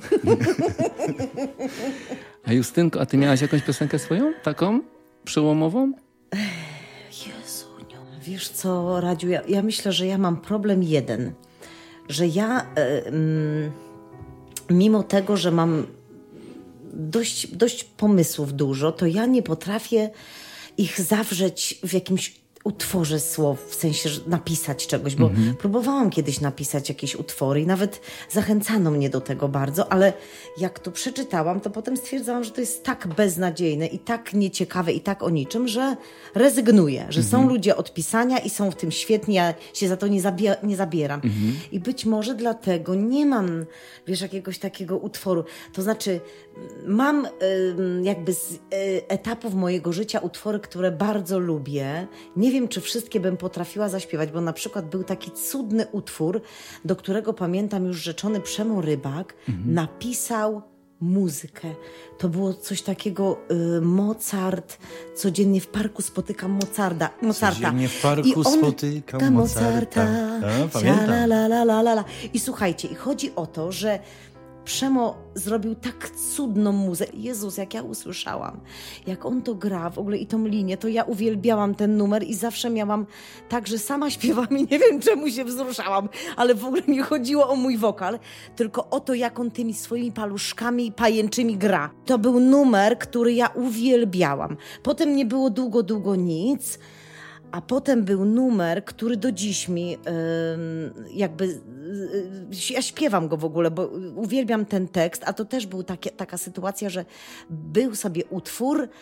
A Justynko, a ty miałaś jakąś piosenkę swoją? Taką? Przełomową? Jezuniu. Wiesz co, Radziu, ja, ja myślę, że ja mam problem jeden. Że ja, e, mm, mimo tego, że mam dość, dość pomysłów dużo, to ja nie potrafię ich zawrzeć w jakimś utworze słów, w sensie, że napisać czegoś, bo mm-hmm. próbowałam kiedyś napisać jakieś utwory i nawet zachęcano mnie do tego bardzo, ale jak to przeczytałam, to potem stwierdzałam, że to jest tak beznadziejne i tak nieciekawe i tak o niczym, że rezygnuję, że mm-hmm. są ludzie od pisania i są w tym świetni, ja się za to nie, zabie- nie zabieram. Mm-hmm. I być może dlatego nie mam, wiesz, jakiegoś takiego utworu. To znaczy, mam y, jakby z y, etapów mojego życia utwory, które bardzo lubię. Nie wiem, czy wszystkie bym potrafiła zaśpiewać, bo na przykład był taki cudny utwór, do którego pamiętam już rzeczony Przemo Rybak, mhm. napisał muzykę. To było coś takiego, y, Mozart, codziennie w parku spotykam Mozarta. Mozarta. Codziennie w parku I on spotykam Mozarta. A, pamiętam. La, la, la, la, la, la. I słuchajcie, i chodzi o to, że Przemo zrobił tak cudną muzykę. Jezus, jak ja usłyszałam, jak on to gra w ogóle i tą linię, to ja uwielbiałam ten numer i zawsze miałam tak, że sama śpiewam i nie wiem, czemu się wzruszałam, ale w ogóle nie chodziło o mój wokal, tylko o to, jak on tymi swoimi paluszkami pajęczymi gra. To był numer, który ja uwielbiałam. Potem nie było długo, długo nic. A potem był numer, który do dziś mi yy, jakby... Yy, ja śpiewam go w ogóle, bo uwielbiam ten tekst, a to też była taka sytuacja, że był sobie utwór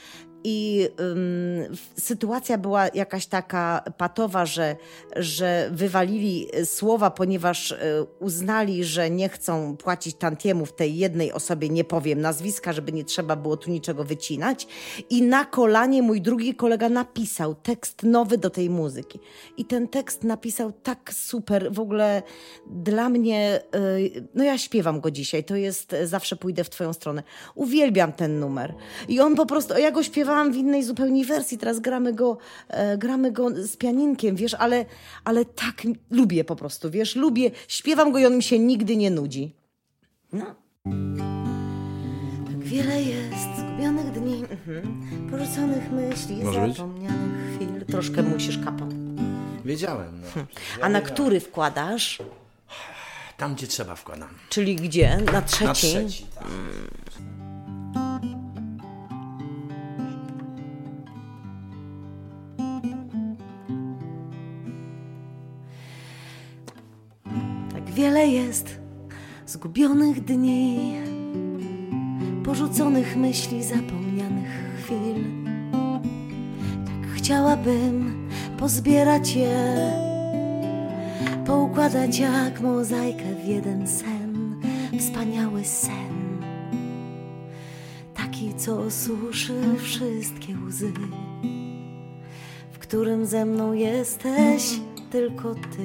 i ym, sytuacja była jakaś taka patowa, że, że wywalili słowa, ponieważ y, uznali, że nie chcą płacić tantiemów tej jednej osobie, nie powiem nazwiska, żeby nie trzeba było tu niczego wycinać. I na kolanie mój drugi kolega napisał tekst nowy do tej muzyki. I ten tekst napisał tak super, w ogóle dla mnie, y, no ja śpiewam go dzisiaj, to jest Zawsze pójdę w twoją stronę. Uwielbiam ten numer. I on po prostu, ja go śpiewałam w innej zupełnie wersji, teraz gramy go, e, gramy go z pianinkiem, wiesz, ale, ale tak lubię po prostu, wiesz, lubię, śpiewam go i on mi się nigdy nie nudzi. No. Tak wiele jest zgubionych dni, mhm. porzuconych myśli, Może zapomnianych chwil. Troszkę musisz kapał. Wiedziałem. No. Hmm. A na który wkładasz? Tam, gdzie trzeba wkładam. Czyli gdzie? Na trzeci? Na trzeci, tak. Tak wiele jest zgubionych dni, porzuconych myśli, zapomnianych chwil. Tak chciałabym pozbierać je, poukładać jak mozaikę w jeden sen, wspaniały sen, taki, co osuszy wszystkie łzy, w którym ze mną jesteś tylko ty.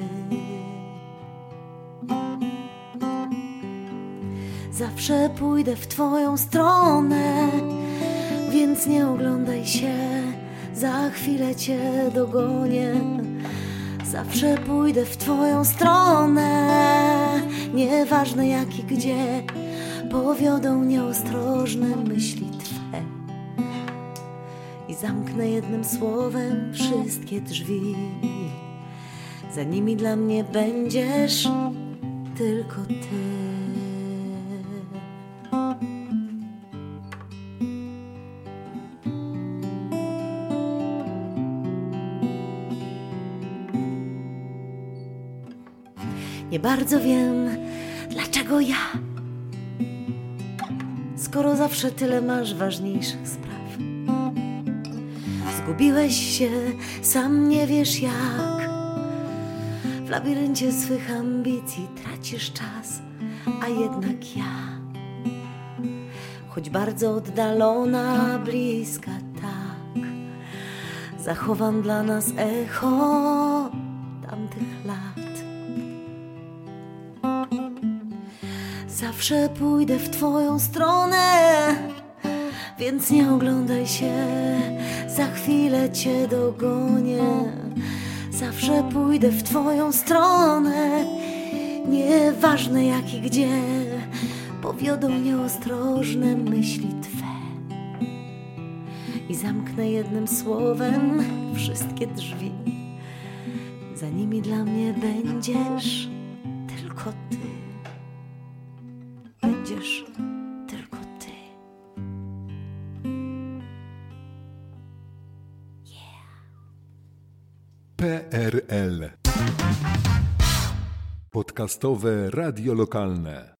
Zawsze pójdę w twoją stronę, więc nie oglądaj się, za chwilę cię dogonię. Zawsze pójdę w twoją stronę, nieważne jak i gdzie, powiodą nieostrożne myśli twe. I zamknę jednym słowem wszystkie drzwi, za nimi dla mnie będziesz tylko ty. Nie bardzo wiem, dlaczego ja, skoro zawsze tyle masz ważniejszych spraw. Zgubiłeś się, sam nie wiesz jak, w labiryncie swych ambicji tracisz czas, a jednak ja, choć bardzo oddalona, bliska tak, zachowam dla nas echo tamtych lat. Zawsze pójdę w twoją stronę, więc nie oglądaj się, za chwilę cię dogonię. Zawsze pójdę w twoją stronę, nieważne jak i gdzie, powiodą nieostrożne myśli twe. I zamknę jednym słowem wszystkie drzwi, za nimi dla mnie będziesz tylko ty. Będziesz tylko ty. Yeah. P R L. Podcastowe radio lokalne.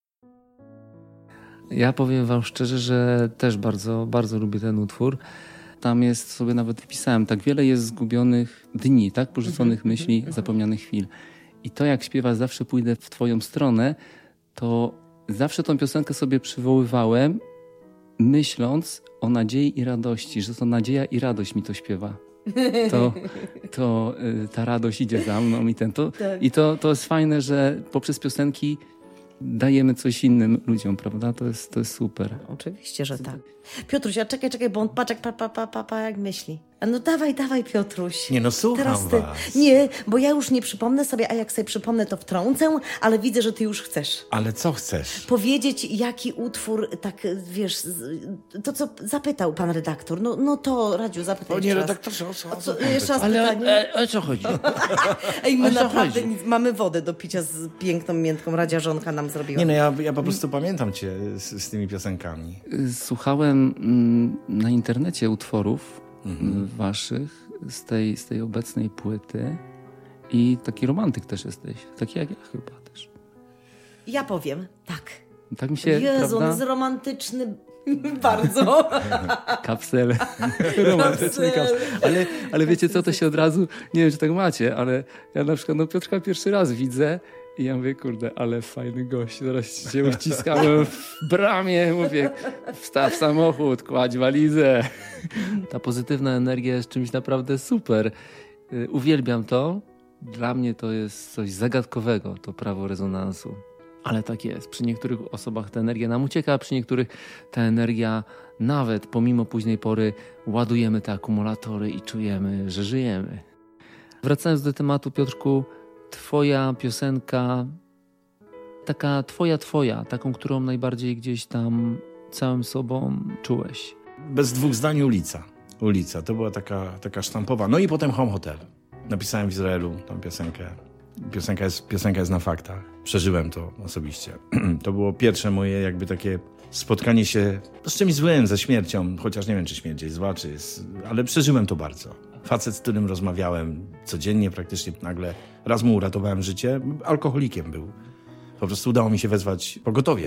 Ja powiem wam szczerze, że też bardzo, bardzo lubię ten utwór. Tam jest, sobie nawet wypisałem, tak wiele jest zgubionych dni, tak? Porzuconych mm-hmm, myśli, mm-hmm. zapomnianych chwil. I to jak śpiewa Zawsze pójdę w twoją stronę, to zawsze tą piosenkę sobie przywoływałem, myśląc o nadziei i radości, że to nadzieja i radość mi to śpiewa. To, to y, ta radość idzie za mną i ten to. Tak. I to, to jest fajne, że poprzez piosenki dajemy coś innym ludziom, prawda? To jest, to jest super. Oczywiście, że tak. Piotruś, a czekaj, czekaj, bo on paczek pa, pa, pa, pa, pa, jak myśli. A no dawaj, dawaj, Piotruś. Nie no, słucham Teraz ty. was. Nie, bo ja już nie przypomnę sobie, a jak sobie przypomnę, to wtrącę, ale widzę, że ty już chcesz. Ale co chcesz? Powiedzieć, jaki utwór, tak wiesz, to co zapytał pan redaktor. No, no to, Radziu, zapytaj Panie jeszcze raz. redaktorze, o co? O co jeszcze raz Ale pytanie. o, o co chodzi? Ej, my o co naprawdę chodzi? nic, mamy wodę do picia z piękną miętką. Radzia żonka nam zrobiła. Nie no, ja, ja po prostu pamiętam cię z, z tymi piosenkami. Słuchałem mm, na internecie utworów mhm. waszych z tej, z tej obecnej płyty i taki romantyk też jesteś. Taki jak ja chyba też. Ja powiem, tak. Tak mi się, Jezu, prawda? on jest romantyczny. Bardzo. Kapsel. Romantyczny kapsel. Ale, ale wiecie co, to się od razu, nie wiem, czy tak macie, ale ja na przykład no Piotrka pierwszy raz widzę i ja mówię, kurde, ale fajny gość. Zaraz się uściskałem w bramie, mówię, wstaw samochód, kładź walizę. Ta pozytywna energia jest czymś naprawdę super. Uwielbiam to. Dla mnie to jest coś zagadkowego, to prawo rezonansu. Ale tak jest. Przy niektórych osobach ta energia nam ucieka, a przy niektórych ta energia nawet pomimo późnej pory ładujemy te akumulatory i czujemy, że żyjemy. Wracając do tematu, Piotrku, twoja piosenka, taka twoja, twoja, taką, którą najbardziej gdzieś tam całym sobą czułeś. Bez dwóch zdań ulica. Ulica, to była taka, taka sztampowa. No i potem Home Hotel. Napisałem w Izraelu tą piosenkę. Piosenka jest, piosenka jest na faktach. Przeżyłem to osobiście. To było pierwsze moje jakby takie spotkanie się z czymś złym, ze śmiercią. Chociaż nie wiem, czy śmierć jest zła, czy jest... Ale przeżyłem to bardzo. Facet, z którym rozmawiałem codziennie praktycznie, nagle raz mu uratowałem życie. Alkoholikiem był. Po prostu udało mi się wezwać pogotowie.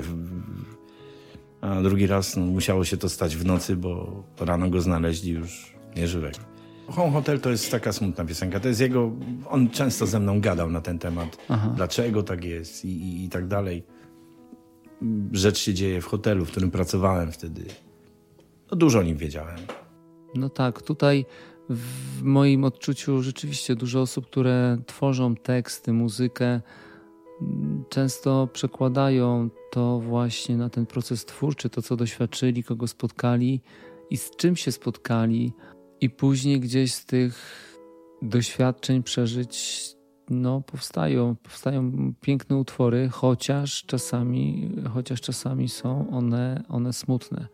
A drugi raz no, musiało się to stać w nocy, bo rano go znaleźli już nieżywego. Home Hotel to jest taka smutna piosenka. To jest jego... On często ze mną gadał na ten temat. Aha. Dlaczego tak jest i, i, i tak dalej. Rzecz się dzieje w hotelu, w którym pracowałem wtedy. No dużo o nim wiedziałem. No tak, tutaj w moim odczuciu rzeczywiście dużo osób, które tworzą teksty, muzykę, często przekładają to właśnie na ten proces twórczy, to co doświadczyli, kogo spotkali i z czym się spotkali. I później gdzieś z tych doświadczeń, przeżyć, no powstają, powstają piękne utwory, chociaż czasami, chociaż czasami są one, one smutne.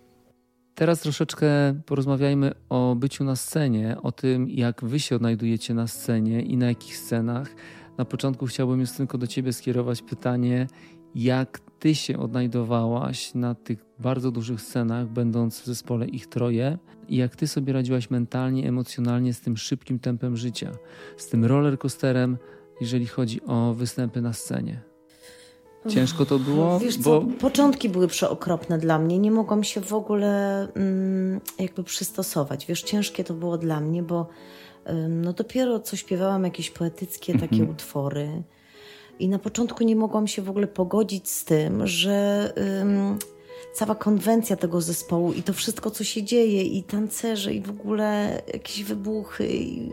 Teraz troszeczkę porozmawiajmy o byciu na scenie, o tym, jak wy się odnajdujecie na scenie i na jakich scenach. Na początku chciałbym, Justynko, do ciebie skierować pytanie, jak ty się odnajdowałaś na tych bardzo dużych scenach, będąc w zespole Ich Troje, i jak ty sobie radziłaś mentalnie, emocjonalnie z tym szybkim tempem życia, z tym rollercoasterem, jeżeli chodzi o występy na scenie. Ciężko to było? Wiesz bo... co, początki były przeokropne dla mnie. Nie mogłam się w ogóle mm, jakby przystosować. Wiesz, ciężkie to było dla mnie, bo ym, no dopiero co śpiewałam jakieś poetyckie takie mm-hmm. utwory i na początku nie mogłam się w ogóle pogodzić z tym, że ym, cała konwencja tego zespołu i to wszystko, co się dzieje, i tancerze, i w ogóle jakieś wybuchy, i...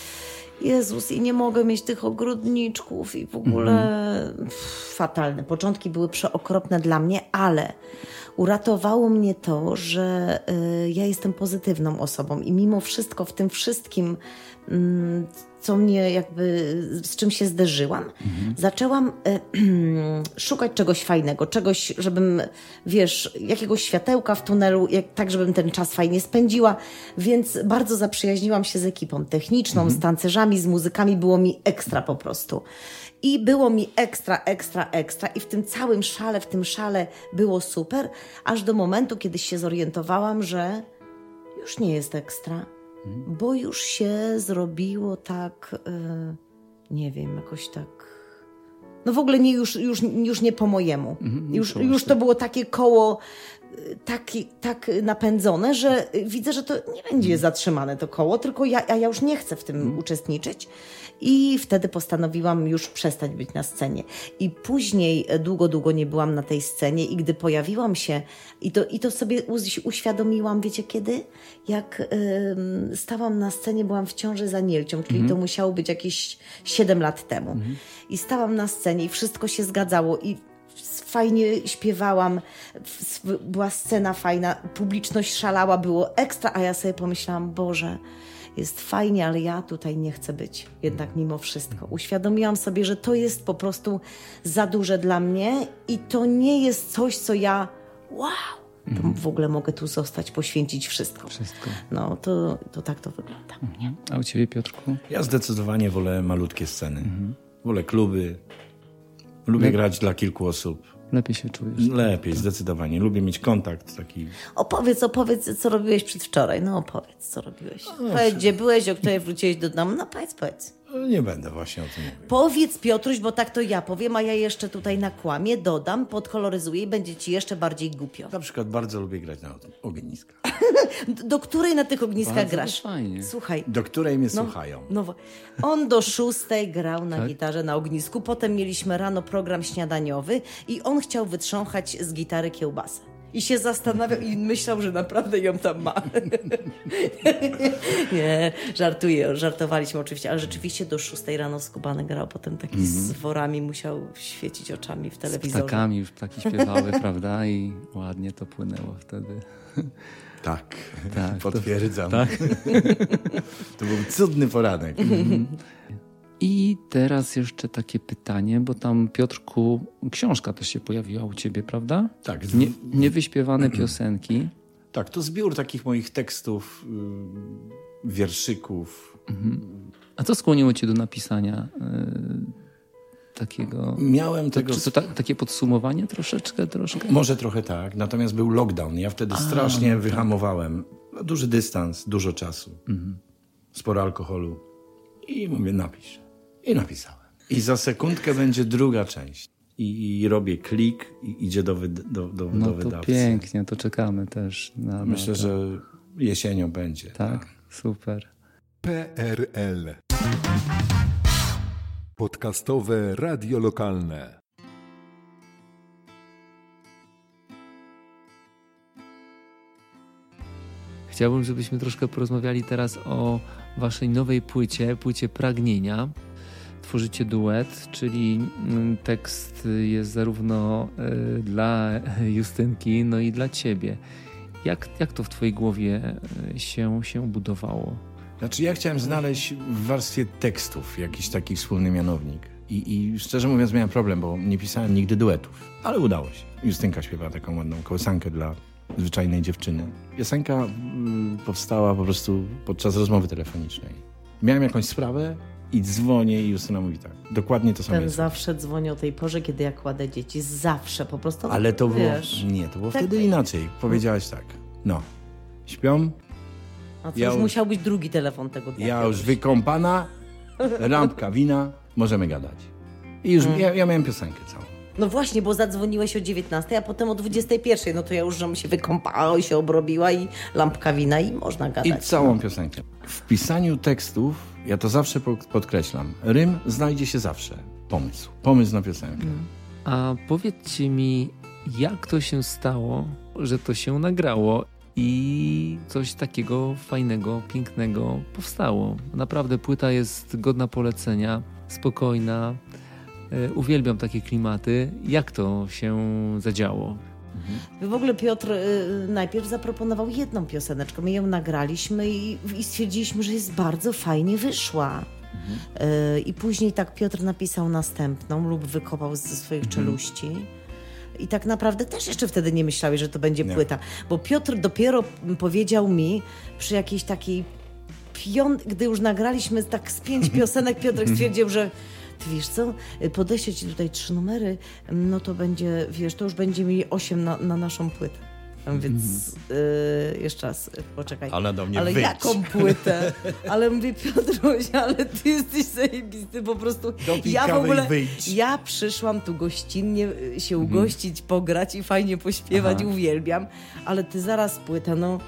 Jezus, i nie mogę mieć tych ogrodniczków i w ogóle mm. pff, fatalne. Początki były przeokropne dla mnie, ale uratowało mnie to, że y, ja jestem pozytywną osobą i mimo wszystko w tym wszystkim, y, co mnie jakby, z czym się zderzyłam, mm. zaczęłam y, y, szukać czegoś fajnego, czegoś, żebym, wiesz, jakiegoś światełka w tunelu, jak, tak, żebym ten czas fajnie spędziła, więc bardzo zaprzyjaźniłam się z ekipą techniczną, mm. z tancerzami, z muzykami, było mi ekstra po prostu. I było mi ekstra, ekstra, ekstra i w tym całym szale, w tym szale było super, aż do momentu, kiedy się zorientowałam, że już nie jest ekstra, mhm. bo już się zrobiło tak, yy, nie wiem, jakoś tak, no w ogóle nie, już, już, już nie po mojemu. Mhm, już, już to było takie koło taki, tak napędzone, że widzę, że to nie będzie mhm. zatrzymane to koło, tylko ja, a ja już nie chcę w tym mhm. uczestniczyć. I wtedy postanowiłam już przestać być na scenie. I później długo, długo nie byłam na tej scenie i gdy pojawiłam się i to, i to sobie uświadomiłam, wiecie kiedy? Jak y, stałam na scenie, byłam w ciąży za Nielcią, czyli mm-hmm. to musiało być jakieś siedem lat temu. Mm-hmm. I stałam na scenie i wszystko się zgadzało i fajnie śpiewałam, była scena fajna, publiczność szalała, było ekstra, a ja sobie pomyślałam, Boże, jest fajnie, ale ja tutaj nie chcę być. Jednak mimo wszystko. Uświadomiłam sobie, że to jest po prostu za duże dla mnie i to nie jest coś, co ja wow, to mm. w ogóle mogę tu zostać, poświęcić wszystko. Wszystko. No to, to tak to wygląda. Mhm. A u ciebie, Piotrku? Ja zdecydowanie wolę malutkie sceny. Mhm. Wolę kluby. Lubię Le... grać dla kilku osób. Lepiej się czujesz? Lepiej, zdecydowanie. Lubię mieć kontakt taki. Opowiedz, opowiedz, co robiłeś przedwczoraj. No opowiedz, co robiłeś. O, powiedz, gdzie byłeś, o której wróciłeś do domu. No powiedz, powiedz. Nie będę właśnie o tym mówił. Powiedz, Piotruś, bo tak to ja powiem, a ja jeszcze tutaj nakłamię, dodam, podkoloryzuję i będzie ci jeszcze bardziej głupio. Na przykład bardzo lubię grać na ogniskach. Do której na tych ogniskach Bardzo grasz? fajnie. Słuchaj. Do której mnie No, słuchają. no, on do szóstej grał na Tak? gitarze na ognisku, potem mieliśmy rano program śniadaniowy i on chciał wytrząchać z gitary kiełbasę. I się zastanawiał i myślał, że naprawdę ją tam ma. Nie, żartuję, żartowaliśmy oczywiście, ale rzeczywiście do szóstej rano skubany grał, potem taki mm. z worami musiał świecić oczami w telewizorze. Z ptakami już ptaki śpiewały, prawda? I ładnie to płynęło wtedy. Tak, Tak, potwierdzam. To, tak? To był cudny poranek. I teraz jeszcze takie pytanie, bo tam, Piotrku, książka też się pojawiła u ciebie, prawda? Tak. Nie, niewyśpiewane piosenki. Tak, to zbiór takich moich tekstów, yy, wierszyków. A co skłoniło cię do napisania yy, takiego... Miałem tego... Czy to ta, takie podsumowanie troszeczkę, troszkę? Może trochę tak, natomiast był lockdown. Ja wtedy A, strasznie tak. wyhamowałem. Duży dystans, dużo czasu. Mhm. Sporo alkoholu. I mówię, napisz. I napisałem. I za sekundkę będzie druga część. I, i robię klik i idzie do, wy, do, do, No do to wydawcy. pięknie, to czekamy też na... Myślę, na to. że jesienią będzie. Tak, super. P R L. Podcastowe radio lokalne. Chciałbym, żebyśmy troszkę porozmawiali teraz o waszej nowej płycie, płycie Pragnienia. Tworzycie duet, czyli tekst jest zarówno y, dla Justynki, no i dla ciebie. Jak, jak to w twojej głowie się, się budowało? Znaczy ja chciałem znaleźć w warstwie tekstów jakiś taki wspólny mianownik. I, I szczerze mówiąc miałem problem, bo nie pisałem nigdy duetów. Ale udało się. Justynka śpiewa taką ładną kołysankę dla zwyczajnej dziewczyny. Piosenka y, powstała po prostu podczas rozmowy telefonicznej. Miałem jakąś sprawę i dzwonię i Justyna mówi tak. Dokładnie to samo Ten jest. zawsze dzwoni o tej porze, kiedy ja kładę dzieci. Zawsze, po prostu. Ale to było... Wiesz, Nie, to było tak wtedy by- inaczej. Powiedziałaś tak. No, śpią, a co ja już już- musiał być drugi telefon tego dnia. ja już wykąpana, lampka wina, możemy gadać. I już ja, ja miałem piosenkę całą. No właśnie, bo zadzwoniłeś o dziewiętnastej, a potem o dwudziestej pierwszej. No to ja już, żem się wykąpała i się obrobiła i lampka wina i można gadać. I całą piosenkę. W pisaniu tekstów, ja to zawsze po- podkreślam, rym znajdzie się zawsze. Pomysł. Pomysł na piosenkę. A powiedzcie mi, jak to się stało, że to się nagrało i coś takiego fajnego, pięknego powstało. Naprawdę płyta jest godna polecenia, spokojna. E, Uwielbiam takie klimaty. Jak to się zadziało? W ogóle Piotr y, najpierw zaproponował jedną pioseneczkę. My ją nagraliśmy i, i stwierdziliśmy, że jest bardzo fajnie wyszła. Y, I później tak Piotr napisał następną lub wykopał ze swoich czeluści. I tak naprawdę też jeszcze wtedy nie myślałeś, że to będzie Nie. płyta. Bo Piotr dopiero powiedział mi przy jakiejś takiej piąt... Gdy już nagraliśmy tak z pięć piosenek, Piotr stwierdził, że ty wiesz co, podeślę ci tutaj trzy numery, no to będzie, wiesz, to już będzie mieli osiem na, na naszą płytę. Więc yy, jeszcze raz, poczekaj. Ale do mnie Ale wyjdź. jaką płytę? Ale mówię, Piotruś, ale ty jesteś zajebisty, po prostu. Do Ja w Pikawej ogóle, wyjdź. ja przyszłam tu gościnnie y, się ugościć, pograć i fajnie pośpiewać, Aha. uwielbiam, ale ty zaraz płytę, no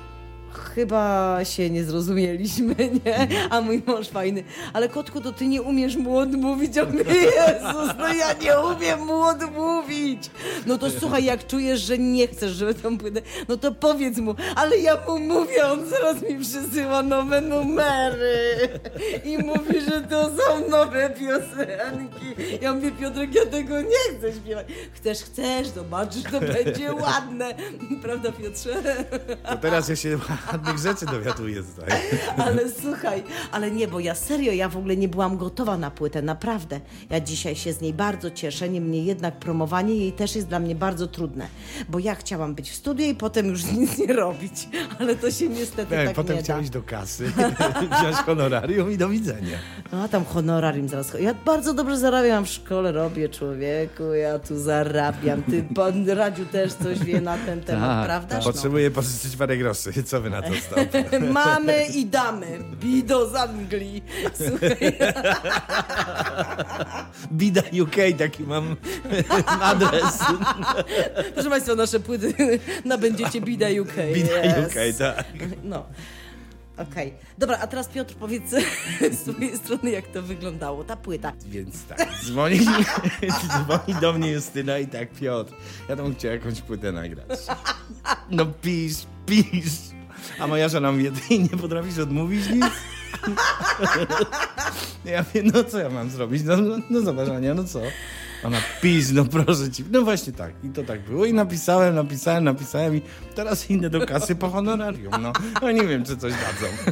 chyba się nie zrozumieliśmy, nie? A mój mąż fajny. Ale kotku, to ty nie umiesz mu odmówić. O mnie, Jezus, no ja nie umiem mu odmówić. No to słuchaj, jak czujesz, że nie chcesz, żeby tą płytę, no to powiedz mu. Ale ja mu mówię, on zaraz mi przysyła nowe numery. I mówi, że to są nowe piosenki. Ja mówię, Piotrek, ja tego nie chcę śpiewać. Chcesz, chcesz, zobaczysz, to będzie ładne. Prawda, Piotrze? To teraz ja się ładnych rzeczy dowiaduję tutaj. Ale słuchaj, ale nie, bo ja serio, ja w ogóle nie byłam gotowa na płytę, naprawdę. Ja dzisiaj się z niej bardzo cieszę, niemniej jednak promowanie jej też jest dla mnie bardzo trudne, bo ja chciałam być w studiu i potem już nic nie robić, ale to się niestety Nie, tak potem nie da. chciałeś do kasy, wziąć honorarium i do widzenia. No a tam honorarium zaraz. Ja bardzo dobrze zarabiam w szkole, robię, człowieku, ja tu zarabiam. Ty, pan Radziu też coś wie na ten temat, Tak, prawda? tak. Potrzebuję pożyczyć parę groszy. Co wy Mamy na to stop. Mamy i damy. Bido z Anglii. Słuchaj. Bida U K, taki mam adres. Proszę Państwa, nasze płyty nabędziecie Bida U K. Bida Yes. U K, tak. No. Okej. Okay. Dobra, a teraz Piotr, powiedz z twojej strony, jak to wyglądało, ta płyta. Więc tak, dzwoni, dzwoni do mnie Justyna i tak, Piotr, ja tam chciał jakąś płytę nagrać. No pisz, pisz. A moja żona mówi, ty nie potrafisz odmówić nic? Ja mówię, no co ja mam zrobić? No, no, no zobacz, Ania, no co? Ona, pisz, no proszę ci. No właśnie tak. I to tak było. I napisałem, napisałem, napisałem i teraz idę do kasy po honorarium. No, no nie wiem, czy coś dadzą.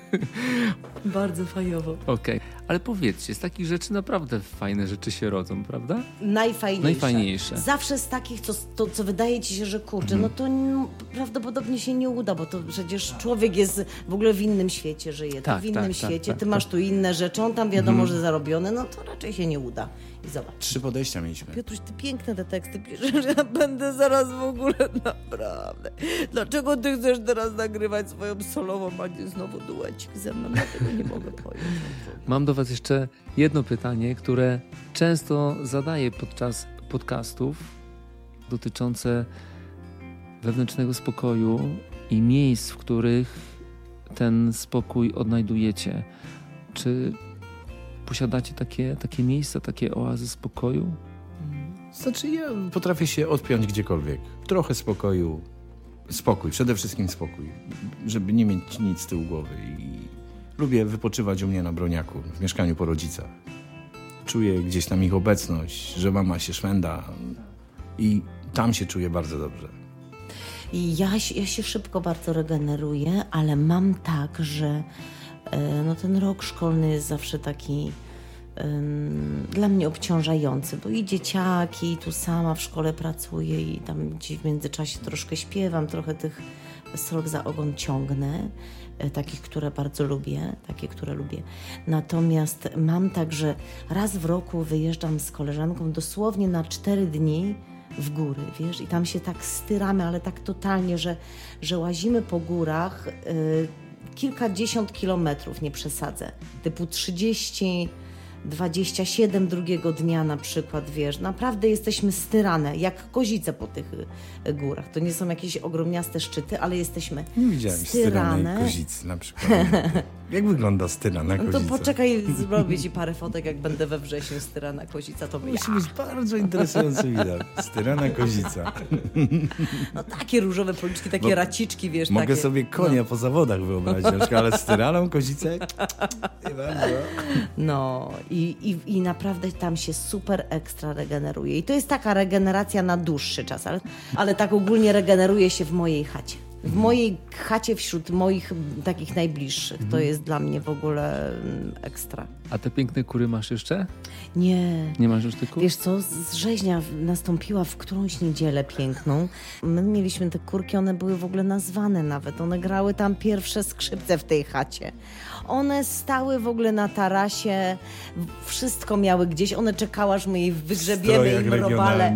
Bardzo fajowo. Okej, okay. Ale powiedzcie, z takich rzeczy naprawdę fajne rzeczy się rodzą, prawda? Najfajniejsze. Najfajniejsze. Zawsze z takich, co, to, co wydaje ci się, że kurczę, mm. no to n- prawdopodobnie się nie uda, bo to przecież człowiek jest w ogóle w innym świecie, żyje. Tak, ty w innym tak, świecie, tak, ty tak, masz tak. tu inne rzeczy, on tam wiadomo, mm. że zarobiony, no to raczej się nie uda. I zobacz. Trzy podejścia mieliśmy. Piotruś, ty piękne te teksty piszesz, ja będę zaraz w ogóle, naprawdę. Dlaczego ty chcesz teraz nagrywać swoją solową, a nie znowu duecik ze mną? Ja tego nie mogę pojąć. Mam do was jeszcze jedno pytanie, które często zadaję podczas podcastów dotyczące wewnętrznego spokoju i miejsc, w których ten spokój odnajdujecie. Czy posiadacie takie, takie miejsca, takie oazy spokoju? Znaczy ja potrafię się odpiąć gdziekolwiek. Trochę spokoju. Spokój, przede wszystkim spokój. Żeby nie mieć nic z tyłu głowy. I lubię wypoczywać u mnie na Broniaku, w mieszkaniu po rodzicach. Czuję gdzieś tam ich obecność, że mama się szwenda i tam się czuję bardzo dobrze. I ja, ja się szybko bardzo regeneruję, ale mam tak, że e, no ten rok szkolny jest zawsze taki e, dla mnie obciążający, bo i dzieciaki, i tu sama w szkole pracuję i tam gdzieś w międzyczasie troszkę śpiewam, trochę tych solek za ogon ciągnę, e, takich, które bardzo lubię, takie, które lubię. Natomiast mam tak, że raz w roku wyjeżdżam z koleżanką dosłownie na cztery dni w góry, wiesz, i tam się tak styramy, ale tak totalnie, że, że łazimy po górach y, kilkadziesiąt kilometrów, nie przesadzę, typu trzydzieści, dwadzieścia siedem drugiego dnia na przykład, wiesz, naprawdę jesteśmy styrane, jak kozice po tych y, górach. To nie są jakieś ogromniaste szczyty, ale jesteśmy Nie widziałem styrane. styranej kozicy na przykład. Jak wygląda styrana kozica? No to poczekaj, zrobię ci parę fotek, jak będę we wrześniu styrana kozica, to Musi być bardzo interesujący widok. Styrana kozica. No takie różowe policzki, takie Bo raciczki, wiesz. Mogę takie, sobie konia no. po zawodach wyobrazić, na przykład, ale styraną kozicę? Nie bardzo. No i, i, i naprawdę tam się super ekstra regeneruje. I to jest taka regeneracja na dłuższy czas, ale, ale tak ogólnie regeneruje się w mojej chacie. W mojej chacie wśród moich takich najbliższych. To jest dla mnie w ogóle ekstra. A te piękne kury masz jeszcze? Nie. Nie masz już tych kur? Wiesz co, z rzeźnia nastąpiła w którąś niedzielę piękną. My mieliśmy te kurki, one były w ogóle nazwane nawet. One grały tam pierwsze skrzypce w tej chacie. One stały w ogóle na tarasie, wszystko miały gdzieś. One czekały, aż my jej wygrzebiemy im robale.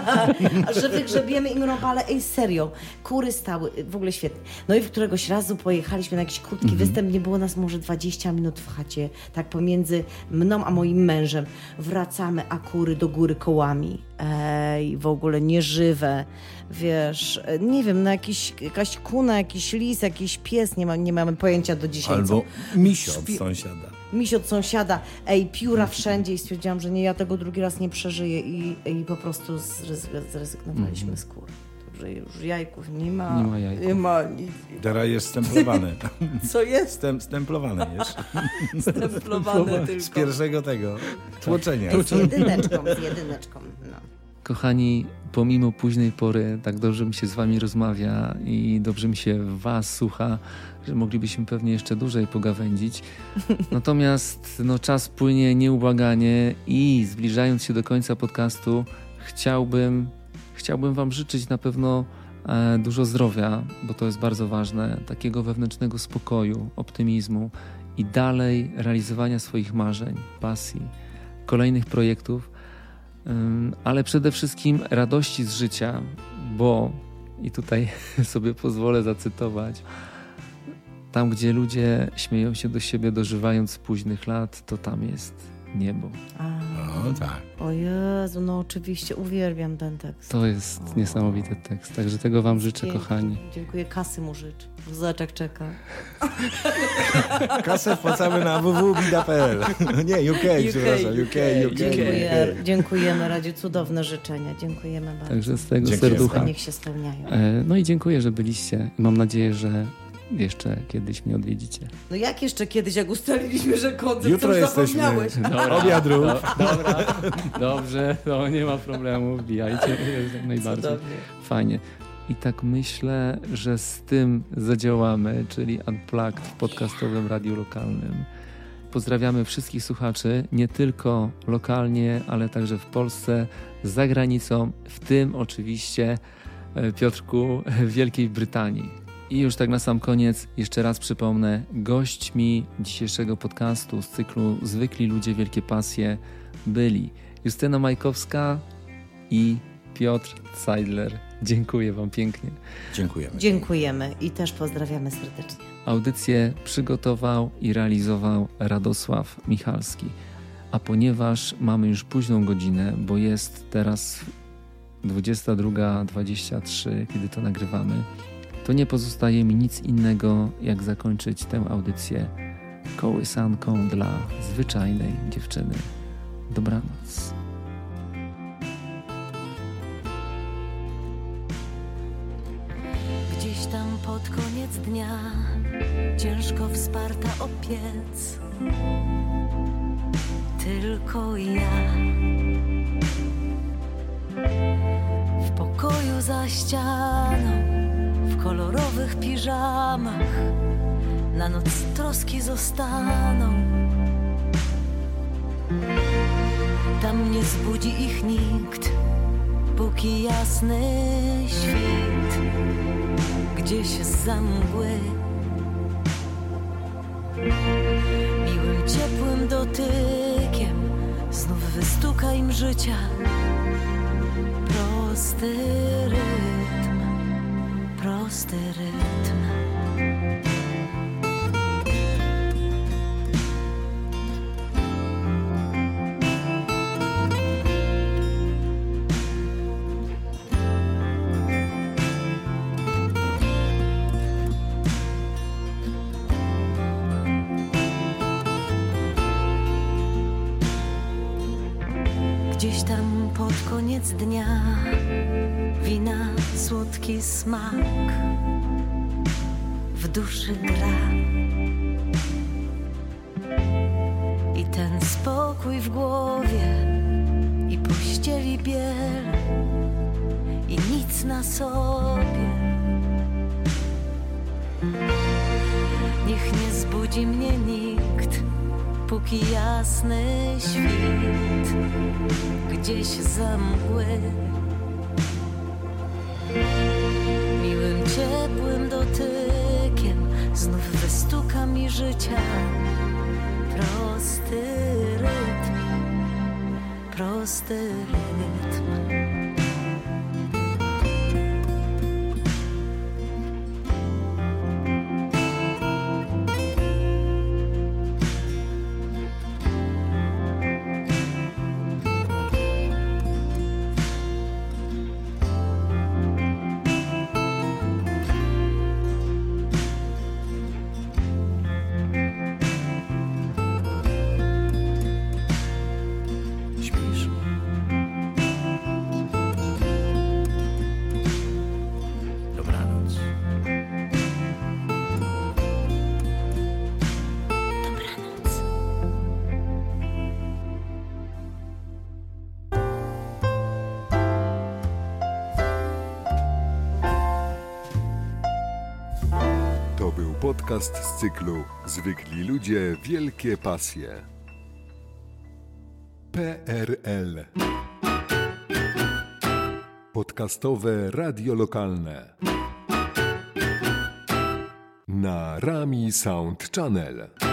Że wygrzebiemy im robale. Ej, serio. Kury stały, w ogóle świetnie. No i w któregoś razu pojechaliśmy na jakiś krótki mhm. występ. Nie było nas może dwadzieścia minut w chacie. Tak pomiędzy mną a moim mężem. Wracamy, a kury do góry kołami. Ej, w ogóle nieżywe. Wiesz, nie wiem, na jakiś, jakaś kuna, jakiś lis, jakiś pies, nie, ma, nie mamy pojęcia do dzisiaj. Albo co. misio od sąsiada. Miś od sąsiada, ej, pióra wszędzie i stwierdziłam, że nie, ja tego drugi raz nie przeżyję i, i po prostu zrezy- zrezygnowaliśmy mm. z kur. Dobrze, już jajków nie ma. Nie ma jajków. Nie ma nic. Teraz jest stemplowany. Co jest? Stem, stemplowany jest. Stemplowane tylko. Z pierwszego tego tłoczenia. Z jedyneczką, z jedyneczką, no. Kochani, pomimo późnej pory tak dobrze mi się z wami rozmawia i dobrze mi się was słucha, że moglibyśmy pewnie jeszcze dłużej pogawędzić. Natomiast no, czas płynie nieubłaganie i zbliżając się do końca podcastu chciałbym, chciałbym wam życzyć na pewno e, dużo zdrowia, bo to jest bardzo ważne, takiego wewnętrznego spokoju, optymizmu i dalej realizowania swoich marzeń, pasji, kolejnych projektów, ale przede wszystkim radości z życia, bo i tutaj sobie pozwolę zacytować Tam, gdzie ludzie śmieją się do siebie dożywając późnych lat, to tam jest niebo. A, O tak. o Jezu, no oczywiście, uwielbiam ten tekst. To jest o. niesamowity tekst, także tego wam życzę, Pięknie. kochani. Dziękuję, kasy mu życzę. Zaczek czeka. Kasę wpłacamy na w w w kropka bida kropka p l. Nie, U K, przepraszam, U K, U K. Dziękuję, dziękujemy Radziu, cudowne życzenia. Dziękujemy bardzo. Także z tego Dziękujemy. serducha. Niech się spełniają. E, No i dziękuję, że byliście. I mam nadzieję, że jeszcze kiedyś mnie odwiedzicie. No jak jeszcze kiedyś, jak ustaliliśmy, że koncept Jutro to jesteśmy. zapomniałeś. Dobra, Obiadru. do, dobra, dobrze, no nie ma problemu, wbijajcie, jest jak najbardziej. Cudownie. Fajnie. I tak myślę, że z tym zadziałamy, czyli Unplugged w podcastowym radiu lokalnym. Pozdrawiamy wszystkich słuchaczy, nie tylko lokalnie, ale także w Polsce, za granicą, w tym oczywiście, Piotrku, w Wielkiej Brytanii. I już tak na sam koniec jeszcze raz przypomnę, gośćmi dzisiejszego podcastu z cyklu Zwykli ludzie, wielkie pasje byli Justyna Majkowska i Piotr Seidler. Dziękuję wam pięknie. Dziękujemy. Dziękujemy i też pozdrawiamy serdecznie. Audycję przygotował i realizował Radosław Michalski. A ponieważ mamy już późną godzinę, bo jest teraz dwudziesta druga dwadzieścia trzy, kiedy to nagrywamy, to nie pozostaje mi nic innego, jak zakończyć tę audycję kołysanką dla zwyczajnej dziewczyny. Dobranoc. Gdzieś tam pod koniec dnia, ciężko wsparta o piec, tylko ja. W pokoju za ścianą, w kolorowych piżamach, na noc troski zostaną. Tam nie zbudzi ich nikt, póki jasny świt gdzieś zza mgły miłym, ciepłym dotykiem znów wystuka im życia prosty rytm, prosty rytm. Gdzieś tam pod koniec dnia wina słodki smak w duszy gra i ten spokój w głowie i pościeli biel i nic na sobie. Niech nie zbudzi mnie nikt, póki jasny świt gdzieś za mgły miłym, ciepłym dotykiem znów wystuka mi życia prosty rytm, prosty rytm. To był podcast z cyklu Zwykli ludzie, wielkie pasje. P R L. Podcastowe radio lokalne. Na Rami Sound Channel.